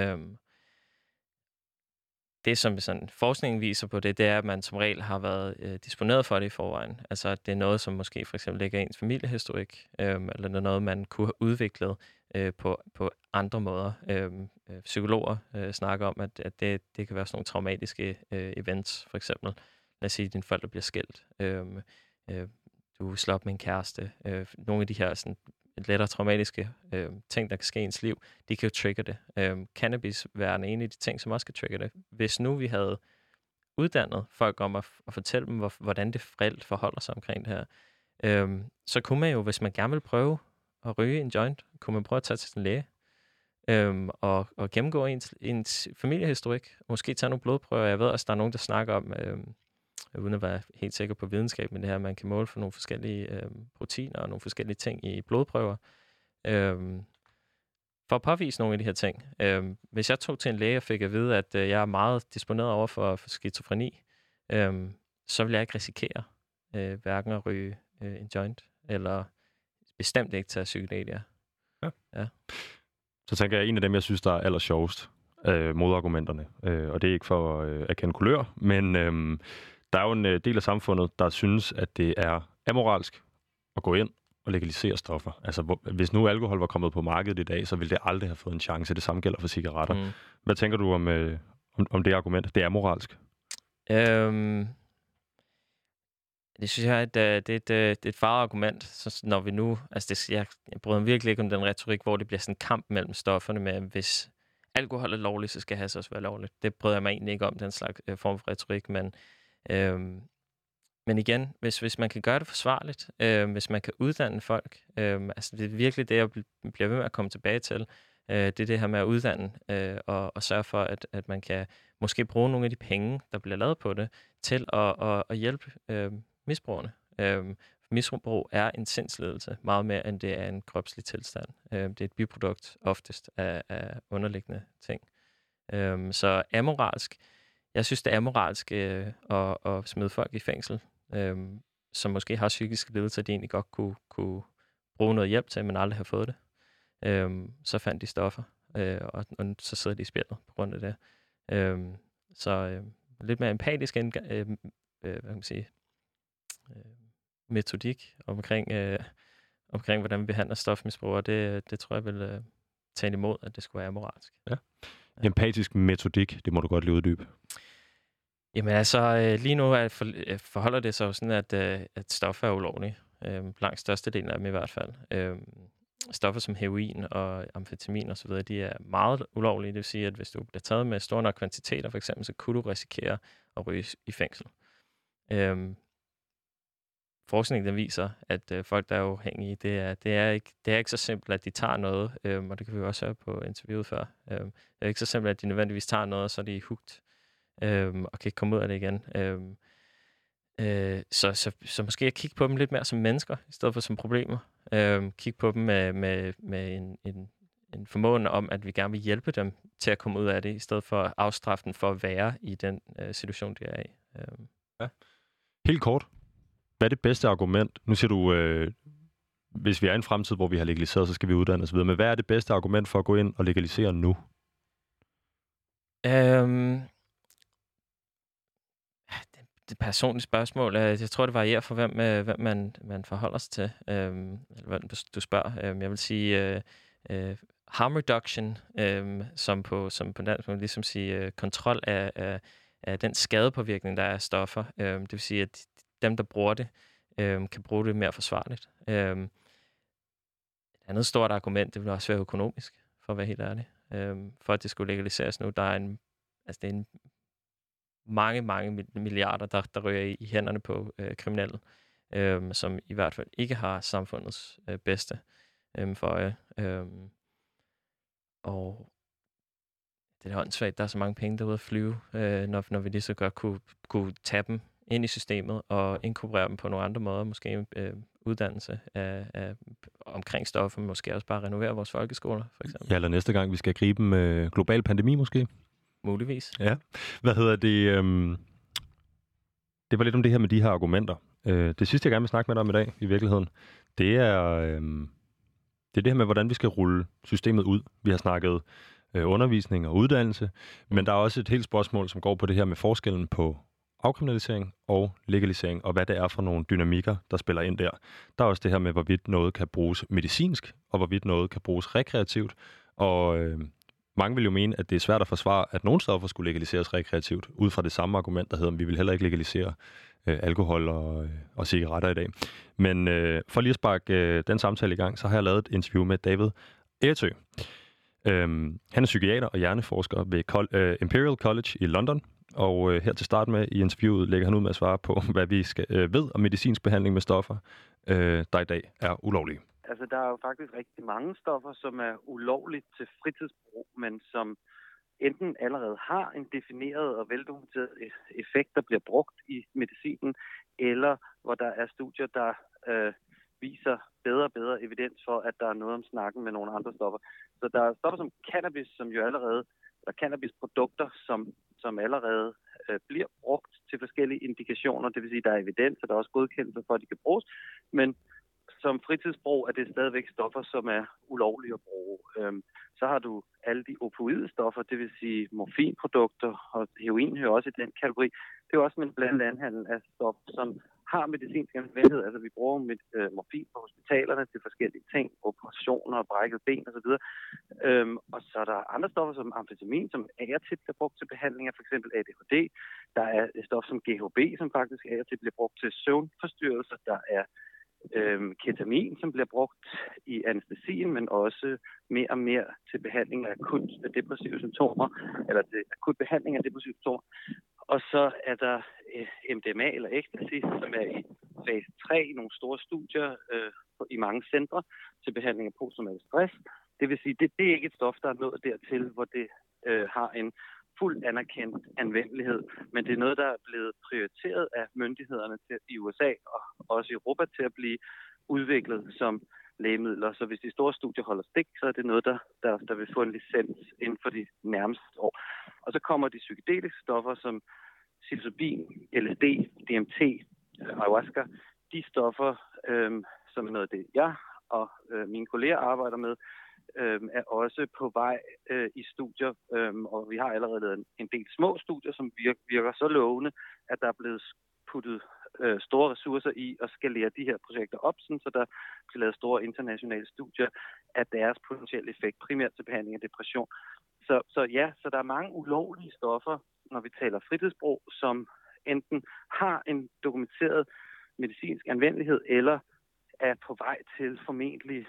Det, som sådan forskningen viser på det, er, at man som regel har været disponeret for det i forvejen. Altså, at det er noget, som måske for eksempel ligger i ens familiehistorik, eller noget, man kunne have udviklet på andre måder. Psykologer snakker om, at det kan være sådan nogle traumatiske events, for eksempel. Lad os sige, at dine forældre bliver skilt. Du slår op med en kæreste. Nogle af de her sådan, lettere traumatiske ting, der kan ske i ens liv, de kan jo trigge det. Cannabis er en af de ting, som også kan trigge det. Hvis nu vi havde uddannet folk om at fortælle dem, hvordan det reelt forholder sig omkring det her, så kunne man jo, hvis man gerne vil prøve at ryge en joint, kunne man prøve at tage til sin læge og gennemgå ens familiehistorik, måske tage nogle blodprøver. Jeg ved også, der er nogen, der snakker om, uden at være helt sikker på videnskab, men det her, man kan måle for nogle forskellige proteiner og nogle forskellige ting i blodprøver, for at påvise nogle af de her ting. Hvis jeg tog til en læge og fik at vide, at jeg er meget disponeret over for skizofreni, så vil jeg ikke risikere hverken at ryge en joint, eller bestemt ikke tage psykedelia. Ja. Så tænker jeg, en af dem, jeg synes, der er allersjovest, modargumenterne, og det er ikke for at kende kulør, men der er jo en del af samfundet, der synes, at det er amoralsk at gå ind og legalisere stoffer. Altså, hvis nu alkohol var kommet på markedet i dag, så ville det aldrig have fået en chance. Det samme gælder for cigaretter. Hvad tænker du om det argument? Det er amoralsk. Det synes jeg, det er et farargument. Så når vi nu... Altså jeg bryder mig virkelig ikke om den retorik, hvor det bliver sådan en kamp mellem stofferne med, hvis alkohol er lovligt, så skal hash også være lovligt. Det bryder jeg mig egentlig ikke om, den slags form for retorik, men igen, hvis man kan gøre det forsvarligt, hvis man kan uddanne folk, altså det er virkelig det, jeg bliver ved med at komme tilbage til. Det er det her med at uddanne og sørge for, at man kan måske bruge nogle af de penge, der bliver lavet på det, til at hjælpe misbrugerne. Misbrug er en sindslidelse, meget mere end det er en kropslig tilstand. Det er et biprodukt oftest af underliggende ting. Så amoralsk. Jeg synes, det er amoralsk at smide folk i fængsel, som måske har psykiske lidelser, de egentlig godt kunne bruge noget hjælp til, men aldrig har fået det. Så fandt de stoffer, og så sidder de i spjældet på grund af det. Så lidt mere empatisk hvad kan man sige, metodik omkring, hvordan vi behandler stofmisbrugere, det tror jeg vil tale imod, at det skulle være amoralsk. Ja. Empatisk metodik, det må du godt lige uddybe. Jamen altså, lige nu forholder det sig jo sådan, at stoffer er ulovlige. Langt størstedelen af dem i hvert fald. Stoffer som heroin og amfetamin osv., de er meget ulovlige. Det vil sige, at hvis du bliver taget med store nok kvantiteter, for eksempel, så kunne du risikere at ryge i fængsel. Forskningen der viser, at folk, der er afhængige, det er ikke så simpelt, at de tager noget, og det kan vi jo også høre på interviewet før. Det er ikke så simpelt, at de nødvendigvis tager noget, og så er de hooked, og kan ikke komme ud af det igen. Så måske at kigge på dem lidt mere som mennesker, i stedet for som problemer. Kigge på dem med en formåen om, at vi gerne vil hjælpe dem til at komme ud af det, i stedet for at afstraffe dem for at være i den situation, de er i. Ja. Helt kort. Hvad er det bedste argument? Nu siger du, hvis vi er i en fremtid, hvor vi har legaliseret, så skal vi uddanne osv. Men hvad er det bedste argument for at gå ind og legalisere nu? Det personlige spørgsmål. Jeg tror, det varierer for, hvem man forholder sig til. Hvem du spørger. Jeg vil sige harm reduction, som på dansk, man ligesom sige kontrol af den skadepåvirkning, der er af stoffer. Det vil sige, at dem, der bruger det, kan bruge det mere forsvarligt. Et andet stort argument, det vil også være økonomisk, for at være helt ærlig. For at det skulle legaliseres nu, der er det er mange milliarder, der ryger i hænderne på kriminelle, som i hvert fald ikke har samfundets bedste for øje. Og det er åndssvagt, der er så mange penge derude at flyve, når vi lige så godt kunne tage dem ind i systemet og inkorporere dem på nogle andre måder, måske uddannelse af omkring stoffer, måske også bare renovere vores folkeskoler, for eksempel. Ja, eller næste gang, vi skal gribe en global pandemi, måske? Muligvis. Ja. Hvad hedder det? Det var lidt om det her med de her argumenter. Det sidste, jeg gerne vil snakke med dig om i dag, i virkeligheden, det er det her med, hvordan vi skal rulle systemet ud. Vi har snakket undervisning og uddannelse, men der er også et helt spørgsmål, som går på det her med forskellen på afkriminalisering og legalisering, og hvad det er for nogle dynamikker, der spiller ind der. Der er også det her med, hvorvidt noget kan bruges medicinsk, og hvorvidt noget kan bruges rekreativt, og mange vil jo mene, at det er svært at forsvare, at nogle stoffer skulle legaliseres rekreativt, ud fra det samme argument, der hedder, at vi vil heller ikke legalisere alkohol og cigaretter i dag. Men for lige at sparke den samtale i gang, så har jeg lavet et interview med David Eretø. Han er psykiater og hjerneforsker ved Imperial College i London, og her til start med i interviewet lægger han ud med at svare på, hvad vi ved om medicinsk behandling med stoffer, der i dag er ulovlige. Altså, der er jo faktisk rigtig mange stoffer, som er ulovligt til fritidsbrug, men som enten allerede har en defineret og veldokumenteret effekt, der bliver brugt i medicinen, eller hvor der er studier, der viser bedre og bedre evidens for, at der er noget om snakken med nogle andre stoffer. Så der er stoffer som cannabis, som jo allerede, eller cannabisprodukter, som allerede bliver brugt til forskellige indikationer. Det vil sige, at der er evidens, og der er også godkendelse for, at de kan bruges. Men som fritidsbrug er det stadigvæk stoffer, som er ulovlige at bruge. Så har du alle de opioide stoffer, det vil sige morfinprodukter, og heroin hører også i den kategori. Det er også en blandet landhandel af stoffer, som har medicinsk anvendelighed. Altså vi bruger morfin på hospitalerne til forskellige ting, operationer og brækket ben osv. Og så er der andre stoffer som amfetamin, som af og til bliver brugt til behandling af f.eks. ADHD. Der er et stof som GHB, som faktisk af og til bliver brugt til søvnforstyrrelser. Der er ketamin, som bliver brugt i anæstesien, men også mere og mere til behandling af akut depressive symptomer, eller til akut behandling af depressive symptomer. Og så er der MDMA eller ecstasy, som er i fase 3 i nogle store studier i mange centre til behandling af posttraumatisk stress. Det vil sige, det er ikke et stof, der er nået dertil, hvor det har en fuldt anerkendt anvendelighed, men det er noget, der er blevet prioriteret af myndighederne i USA og også i Europa til at blive udviklet som lægemidler. Så hvis de store studier holder stik, så er det noget, der vil få en licens inden for de nærmeste år. Og så kommer de psykedeliske stoffer som psilocybin, LSD, DMT, ayahuasca. De stoffer, som er noget af det, jeg og mine kolleger arbejder med, er også på vej i studier, og vi har allerede lavet en del små studier, som virker så lovende, at der er blevet puttet store ressourcer i at skalere de her projekter op, så der bliver lavet store internationale studier af deres potentielle effekt, primært til behandling af depression. Så der er mange ulovlige stoffer, når vi taler fritidsbrug, som enten har en dokumenteret medicinsk anvendelighed, eller er på vej til formentlig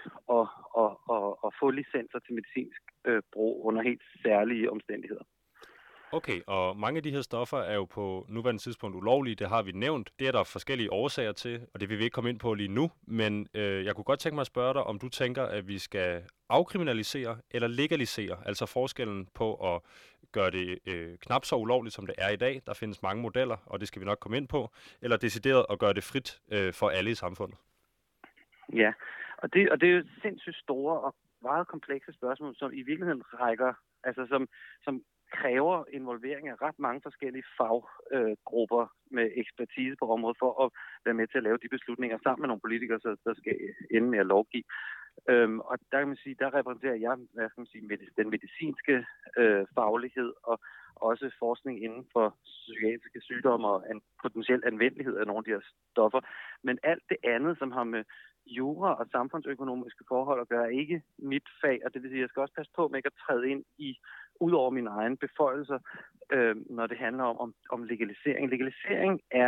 at få licenser til medicinsk brug under helt særlige omstændigheder. Okay, og mange af de her stoffer er jo på nuværende tidspunkt ulovlige, det har vi nævnt. Det er der forskellige årsager til, og det vil vi ikke komme ind på lige nu. Men jeg kunne godt tænke mig at spørge dig, om du tænker, at vi skal afkriminalisere eller legalisere, altså forskellen på at gøre det knap så ulovligt, som det er i dag. Der findes mange modeller, og det skal vi nok komme ind på. Eller decideret at gøre det frit for alle i samfundet. Ja, og det er jo sindssygt store og meget komplekse spørgsmål, som i virkeligheden rækker, altså som kræver involvering af ret mange forskellige faggrupper med ekspertise på området for at være med til at lave de beslutninger sammen med nogle politikere, der skal ende med at lovgive. Og der kan man sige, der repræsenterer jeg, den medicinske faglighed og også forskning inden for psykiatriske sygdomme og en potentiel anvendelighed af nogle af de her stoffer. Men alt det andet, som har med jura og samfundsøkonomiske forhold at gøre, er ikke mit fag, og det vil sige, at jeg skal også passe på med ikke at træde ind ud over mine egne beføjelser, når det handler om legalisering. Legalisering er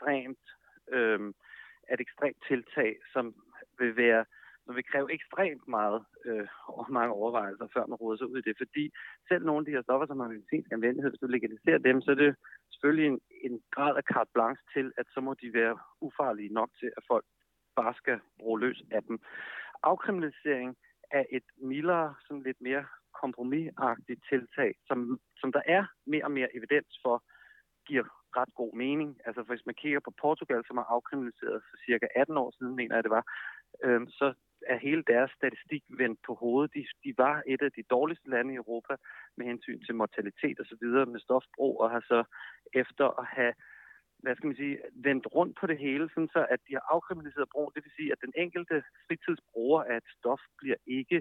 et ekstremt tiltag, som vil kræve ekstremt mange overvejelser, før man råder sig ud i det. Fordi selv nogle af de her stoffer, som har medicinsk anvendelighed, hvis du legaliserer dem, så er det selvfølgelig en grad af carte blanche til, at så må de være ufarlige nok til, at folk bare skal bruge løs af dem. Afkriminalisering er et mildere, sådan lidt mere kompromisagtigt tiltag, som der er mere og mere evidens for, giver ret god mening. Altså hvis man kigger på Portugal, som har afkriminaliseret for cirka 18 år siden, mener jeg det var, så er hele deres statistik vendt på hovedet. De var et af de dårligste lande i Europa med hensyn til mortalitet og så videre med stofbrug, og har så efter at have vendt rundt på det hele, sådan så at de har afkriminaliseret brug. Det vil sige, at den enkelte fritidsbruger af et stof bliver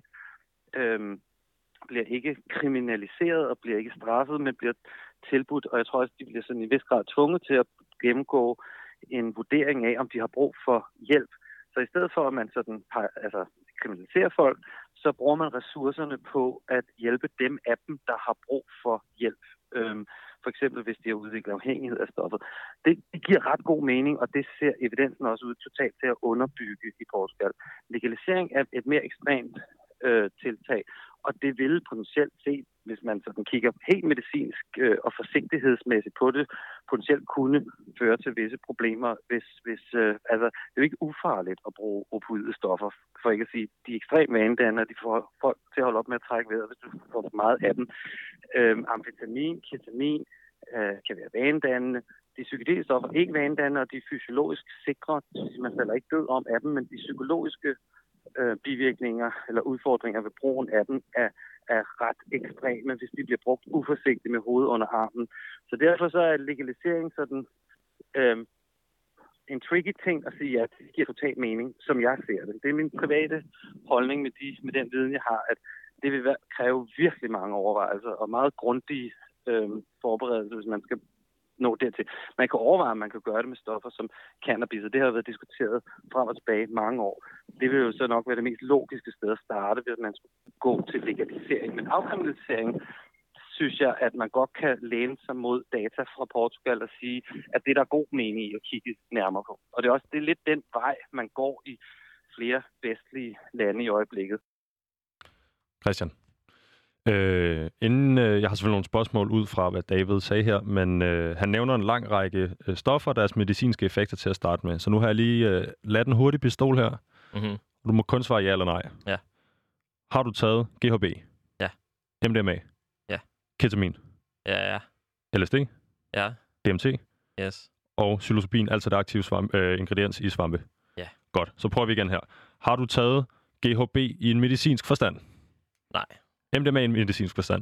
ikke kriminaliseret og bliver ikke straffet, men bliver tilbudt, og jeg tror også, de bliver sådan i vis grad tvunget til at gennemgå en vurdering af, om de har brug for hjælp. Så i stedet for, at man sådan kriminaliserer folk, så bruger man ressourcerne på at hjælpe dem af dem, der har brug for hjælp. For eksempel, hvis de har udviklet afhængighed af stoffet. Det giver ret god mening, og det ser evidensen også ud totalt til at underbygge i Portugal. Legalisering er et mere ekstremt tiltag, og det vil potentielt set, hvis man sådan kigger helt medicinsk og forsigtighedsmæssigt på det, potentielt kunne føre til visse problemer, hvis det er jo ikke ufarligt at bruge opioide stoffer, for ikke at sige, de ekstremt vanedannende, de får folk til at holde op med at trække vejret, hvis du får for meget af dem. Amfetamin, ketamin kan være vanedannende. De psykedeliske stoffer er ikke vanedannende, og de er fysiologisk sikre. Man falder ikke død om af dem, men de psykologiske bivirkninger eller udfordringer ved brugen af dem er ret ekstreme, hvis de bliver brugt uforsigtigt med hovedet under armen. Så derfor så er legalisering sådan en tricky ting at sige, at det giver totalt mening, som jeg ser det. Det er min private holdning med den viden, jeg har, at det vil kræve virkelig mange overvejelser og meget grundige forberedelser, hvis man skal nå dertil. Man kan overveje, at man kan gøre det med stoffer som cannabis, og det har været diskuteret frem og tilbage mange år. Det vil jo så nok være det mest logiske sted at starte, hvis man skulle gå til legalisering. Men afkriminalisering synes jeg, at man godt kan læne sig mod data fra Portugal og sige, at det der er god mening i at kigge nærmere på. Og det er lidt den vej, man går i flere vestlige lande i øjeblikket. Christian, jeg har selvfølgelig nogle spørgsmål ud fra, hvad David sagde her, men han nævner en lang række stoffer og deres medicinske effekter til at starte med. Så nu har jeg lige ladt en hurtig pistol her. Mm-hmm. Du må kun svare ja eller nej. Ja. Har du taget GHB? Ja. MDMA? Ja. Ketamin? Ja. LSD? Ja. DMT? Yes. Og psilocybin, altså det aktive ingrediens i svampe? Ja. Godt, så prøver vi igen her. Har du taget GHB i en medicinsk forstand? Nej. MDMA i en medicinsk forstand?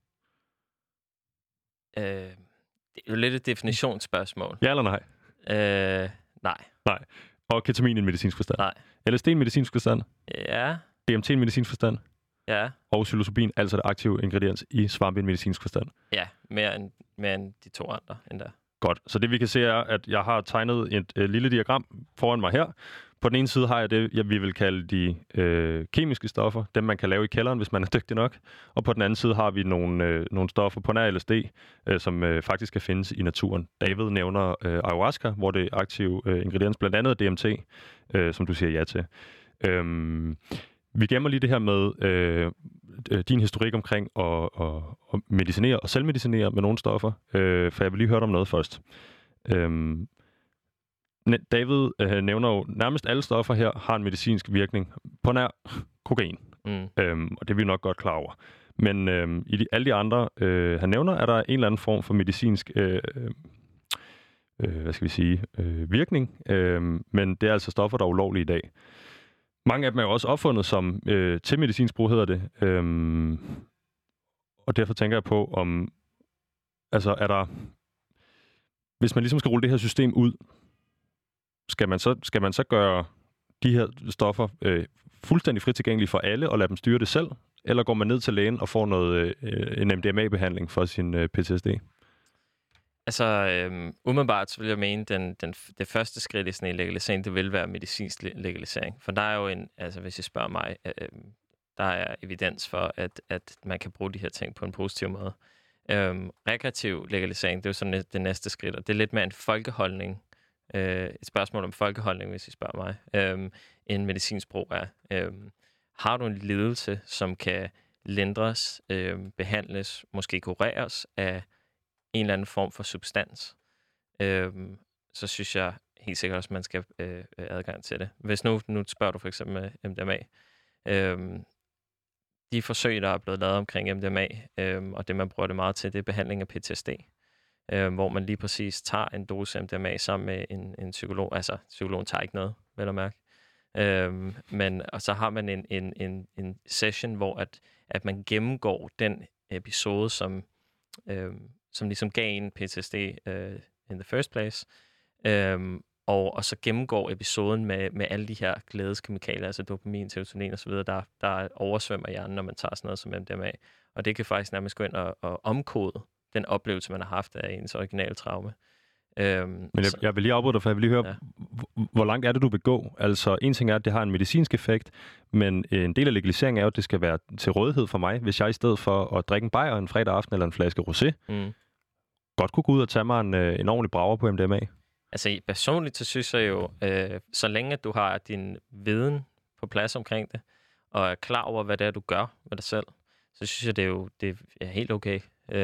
Det er jo lidt et definitionsspørgsmål. Ja eller nej? Nej. Og ketamin i en medicinsk forstand? Nej. LSD i en medicinsk forstand? Ja. DMT i en medicinsk forstand? Ja. Og psilocybin, altså det aktive ingrediens i svampe i en medicinsk forstand? Ja, mere end de to andre endda. Godt. Så det vi kan se er, at jeg har tegnet et lille diagram foran mig her. På den ene side har jeg det, vi vil kalde de kemiske stoffer, dem man kan lave i kælderen, hvis man er dygtig nok. Og på den anden side har vi nogle stoffer på nær LSD, som faktisk kan findes i naturen. David nævner ayahuasca, hvor det aktive ingrediens blandt andet er DMT, som du siger ja til. Vi gemmer lige det her med din historik omkring at medicinere og selvmedicinere med nogle stoffer, for jeg vil lige høre dig om noget først. David nævner jo, nærmest alle stoffer her har en medicinsk virkning på nær kokain, og det er vi nok godt klar over. Men i alle de andre, han nævner, er der en eller anden form for medicinsk virkning, men det er altså stoffer, der er ulovlige i dag. Mange af dem er jo også opfundet som til medicinsk brug, hedder det. Og derfor tænker jeg på, om er der, hvis man ligesom skal rulle det her system ud, skal man så gøre de her stoffer fuldstændig frit tilgængelige for alle og lade dem styre det selv? Eller går man ned til lægen og får en MDMA-behandling for sin PTSD? Umiddelbart så vil jeg mene, det første skridt i sådan en legalisering, det vil være medicinsk legalisering. For der er jo hvis I spørger mig, der er evidens for, at man kan bruge de her ting på en positiv måde. Rekreativ legalisering, det er jo sådan det næste skridt, og det er lidt mere en folkeholdning. Et spørgsmål om folkeholdning, hvis I spørger mig, en medicinsk brug er. Har du en lidelse, som kan lindres, behandles, måske kureres af en eller anden form for substans, så synes jeg helt sikkert også, at man skal adgang til det. Hvis nu spørger du for eksempel MDMA. De forsøg, der er blevet lavet omkring MDMA, og det man bruger det meget til, det er behandling af PTSD. Hvor man lige præcis tager en dose MDMA sammen med en psykolog. Altså, psykologen tager ikke noget, vel at mærke. Og så har man en session, hvor at man gennemgår den episode, som ligesom gav en PTSD in the first place. Og så gennemgår episoden med alle de her glædeskemikalier, altså dopamin, serotonin osv., der oversvømmer hjernen, når man tager sådan noget som MDMA. Og det kan faktisk nærmest gå ind og omkode den oplevelse, man har haft af ens originale traume. Men jeg vil lige afbryde dig, for jeg vil lige høre, hvor langt er det, du vil gå? Altså, en ting er, at det har en medicinsk effekt, men en del af legaliseringen er jo, at det skal være til rådighed for mig, hvis jeg i stedet for at drikke en bajer en fredag aften eller en flaske rosé, godt kunne gå ud og tage mig en ordentlig brager på MDMA. Altså, personligt så synes jeg jo, så længe at du har din viden på plads omkring det, og er klar over, hvad det er, du gør med dig selv, så synes jeg, det er helt okay.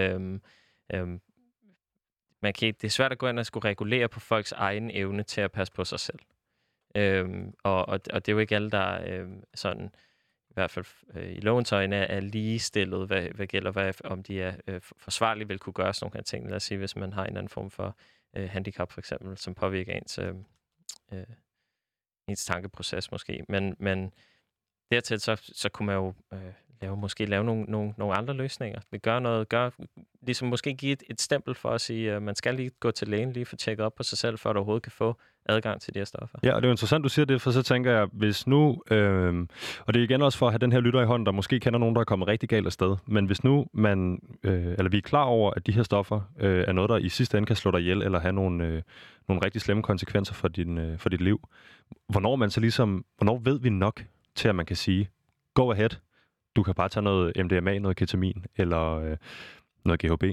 Det er svært at gå ind og skulle regulere på folks egen evne til at passe på sig selv. Og det er jo ikke alle, der sådan, i hvert fald i lovens øjne, er ligestillet, hvad gælder, om de er forsvarlige, vil kunne gøre sådan nogle ting. Lad os sige, hvis man har en eller anden form for handicap, for eksempel, som påvirker ens tankeproces måske. Men dertil så kunne man jo lave nogle andre løsninger. Vi ligesom måske give et stempel for at sige, at man skal lige gå til lægen, lige få tjekket op på sig selv, for at du overhovedet kan få adgang til de her stoffer. Ja, og det er jo interessant, du siger det, for så tænker jeg, hvis nu, og det er igen også for at have den her lytter i hånden, der måske kender nogen, der er kommet rigtig galt afsted, men hvis nu eller vi er klar over, at de her stoffer er noget, der i sidste ende kan slå dig ihjel, eller have nogle rigtig slemme konsekvenser for dit liv, hvornår ved vi nok til, at man kan sige, go ahead, du kan bare tage noget MDMA, noget ketamin, eller noget GHB?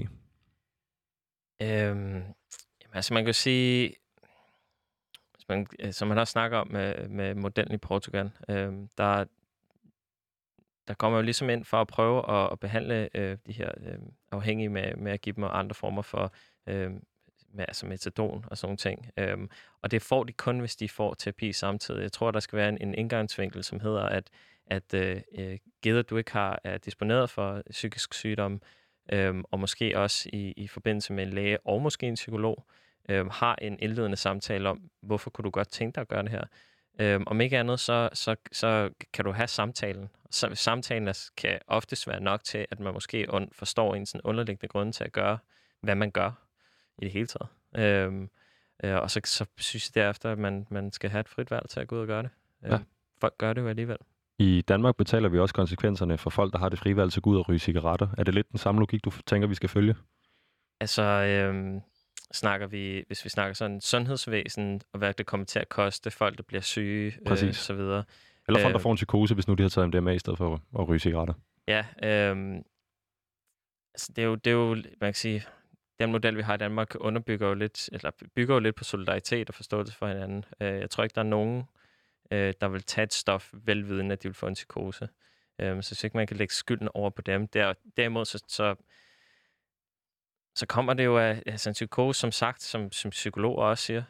Man kan sige, som man også snakker om med modellen i Portugal, der kommer jo ligesom ind for at prøve at behandle de her afhængige med at give dem andre former for metadon og sådan ting. Og det får de kun, hvis de får terapi samtidig. Jeg tror, der skal være en indgangsvinkel, som hedder, at givet at du ikke er disponeret for psykisk sygdom, og måske også i forbindelse med en læge og måske en psykolog, har en indledende samtale om, hvorfor kunne du godt tænke dig at gøre det her. Om ikke andet, så kan du have samtalen. Samtalen kan oftest være nok til, at man måske forstår en sådan underliggende grund til at gøre, hvad man gør i det hele taget. Og så synes jeg derefter, at man skal have et frit valg til at gå ud og gøre det. Folk gør det jo alligevel. I Danmark betaler vi også konsekvenserne for folk, der har det frivalg til at gå ud og ryge cigaretter. Er det lidt den samme logik, du tænker, vi skal følge? Altså, hvis vi snakker sådan sundhedsvæsen, og hvad det kommer til at koste, folk, der bliver syge, så videre. Eller folk, der får en psykose, hvis nu de har taget MDMA i stedet for at ryge cigaretter. Ja, altså det er jo, man kan sige, den model, vi har i Danmark, bygger jo lidt på solidaritet og forståelse for hinanden. Jeg tror ikke, der er nogen, der vil tage et stof velvidende, at de vil få en psykose. Så jeg synes ikke, man kan lægge skylden over på dem. Derimod så kommer det jo af en psykose, som sagt, som psykologer også siger,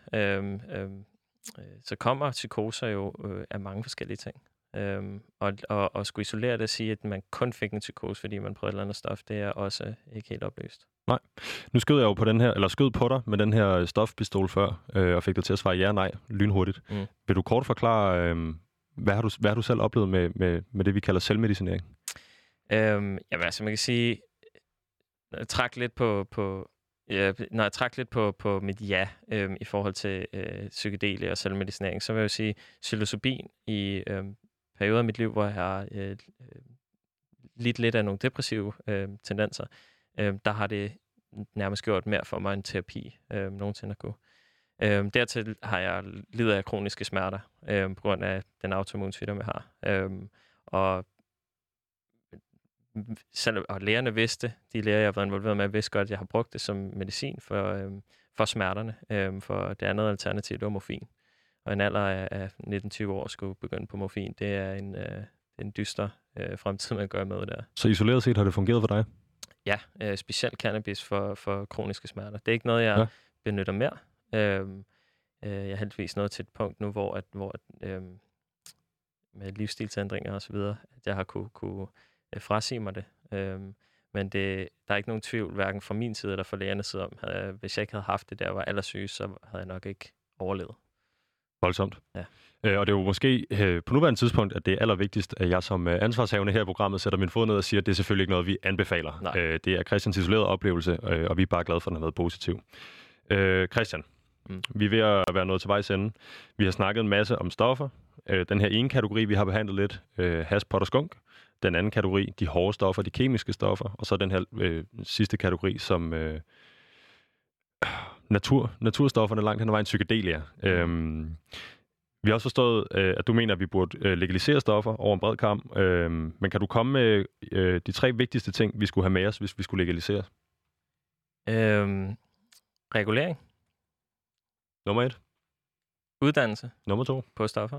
så kommer psykoser jo af mange forskellige ting. Og skulle isolere det og sige, at man kun fik en psykose, fordi man prøvede et eller andet stof, det er også ikke helt oplyst. Nej. Nu skød jeg jo skød på dig med den her stofpistol før, og fik dig til at svare ja nej lynhurtigt. Vil du kort forklare, hvad har du selv oplevet med det, vi kalder selvmedicinering? Jamen altså, man kan sige, når jeg trak lidt på mit ja i forhold til psykedelia og selvmedicinering, så vil jeg jo sige, psilocybin i perioder af mit liv, hvor jeg har lidt af nogle depressive tendenser, der har det nærmest gjort mere for mig en terapi nogensinde at gå. Dertil har jeg lidet af kroniske smerter på grund af den autoimmune sygdom, jeg har. Og lægerne vidste, de læger, jeg har været involveret med, vidste godt, at jeg har brugt det som medicin for smerterne. For det andet alternativ, det var morfin. Og en alder af 19-20 år skulle begynde på morfin. Det er en dyster fremtid, man gør med der. Så isoleret set har det fungeret for dig? Ja, specielt cannabis for kroniske smerter. Det er ikke noget, jeg benytter mere. Jeg er heldigvis nået til et punkt nu, hvor med livsstilsændringer og så videre, at jeg har kunne frasige mig det. Men der er ikke nogen tvivl, hverken fra min side eller fra lægernes side om, hvis jeg ikke havde haft det der, var allersyge, så havde jeg nok ikke overlevet. Voldsomt. Ja. Og det er jo måske på nuværende tidspunkt, at det er allervigtigst, at jeg som ansvarshavende her i programmet sætter min fod ned og siger, at det er selvfølgelig ikke noget, vi anbefaler. Det er Christians isolerede oplevelse, og vi er bare glade for, at den har været positiv. Christian, vi er ved at være nået til vejs ende. Vi har snakket en masse om stoffer. Den her ene kategori, vi har behandlet lidt, hash, pot og skunk. Den anden kategori, de hårde stoffer, de kemiske stoffer. Og så den her sidste kategori, som naturstofferne langt hen ad vejen, psykedelia. Vi har også forstået, at du mener, at vi burde legalisere stoffer over en bred kam. Men kan du komme med de 3 vigtigste ting, vi skulle have med os, hvis vi skulle legalisere? Regulering. Nummer 1. Uddannelse. Nummer 2. På stoffer.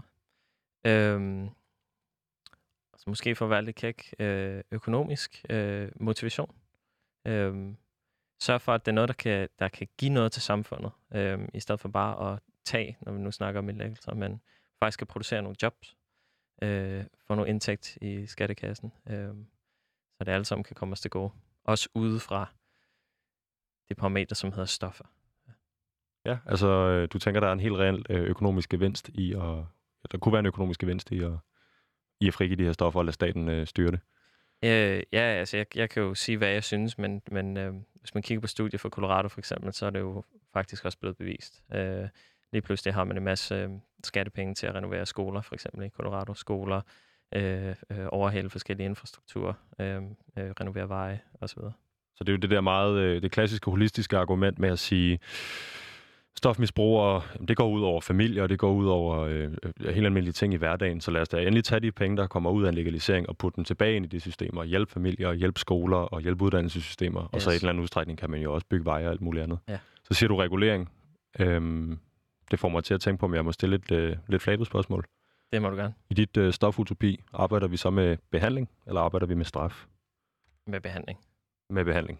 Altså måske for at være lidt kæk, økonomisk motivation. Sørg for, at det er noget, der kan give noget til samfundet, i stedet for bare at tage, når vi nu snakker om indlæggelser, men faktisk kan producere nogle jobs, få noget indtægt i skattekassen, så det alle sammen kan komme os til gode. Også ude fra det parameter, som hedder stoffer. Ja, altså du tænker, der er en helt reel økonomisk gevinst der kunne være en økonomisk gevinst i at frigive de her stoffer og lade staten styre det? Ja, altså jeg kan jo sige, hvad jeg synes, men hvis man kigger på studier fra Colorado for eksempel, så er det jo faktisk også blevet bevist. Lige pludselig har man en masse skattepenge til at renovere skoler, for eksempel i Colorado. Skoler, overhale forskellige infrastrukturer, renovere veje osv. Så det er jo det der meget, det klassiske holistiske argument med at sige, stofmisbrugere, det går ud over familier, det går ud over helt almindelige ting i hverdagen, så lad os da endelig tage de penge, der kommer ud af en legalisering, og putte dem tilbage ind i de systemer, og hjælpe familier, og hjælpe skoler, og hjælpe uddannelsessystemer, og så i en eller anden udstrækning kan man jo også bygge veje og alt muligt andet. Ja. Så siger du regulering. Det får mig til at tænke på, om jeg må stille et lidt flabet spørgsmål. Det må du gerne. I dit stofutopi, arbejder vi så med behandling, eller arbejder vi med straf? Med behandling. Med behandling.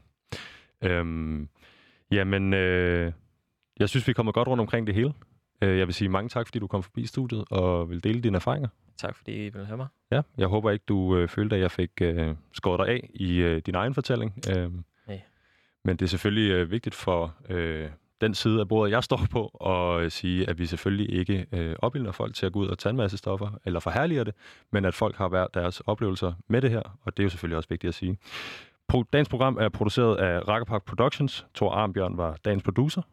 Jeg synes, vi kommer godt rundt omkring det hele. Jeg vil sige mange tak, fordi du kom forbi studiet og vil dele dine erfaringer. Tak fordi I ville have mig. Ja, jeg håber ikke, du følte, at jeg fik skåret dig af i din egen fortælling. Nej. Men det er selvfølgelig vigtigt for den side af bordet, jeg står på, at sige, at vi selvfølgelig ikke opildner folk til at gå ud og tage en masse stoffer, eller forherliger det, men at folk har hver deres oplevelser med det her, og det er jo selvfølgelig også vigtigt at sige. Dagens program er produceret af Rakkerpark Productions. Thor Arnbjørn var dagens producer,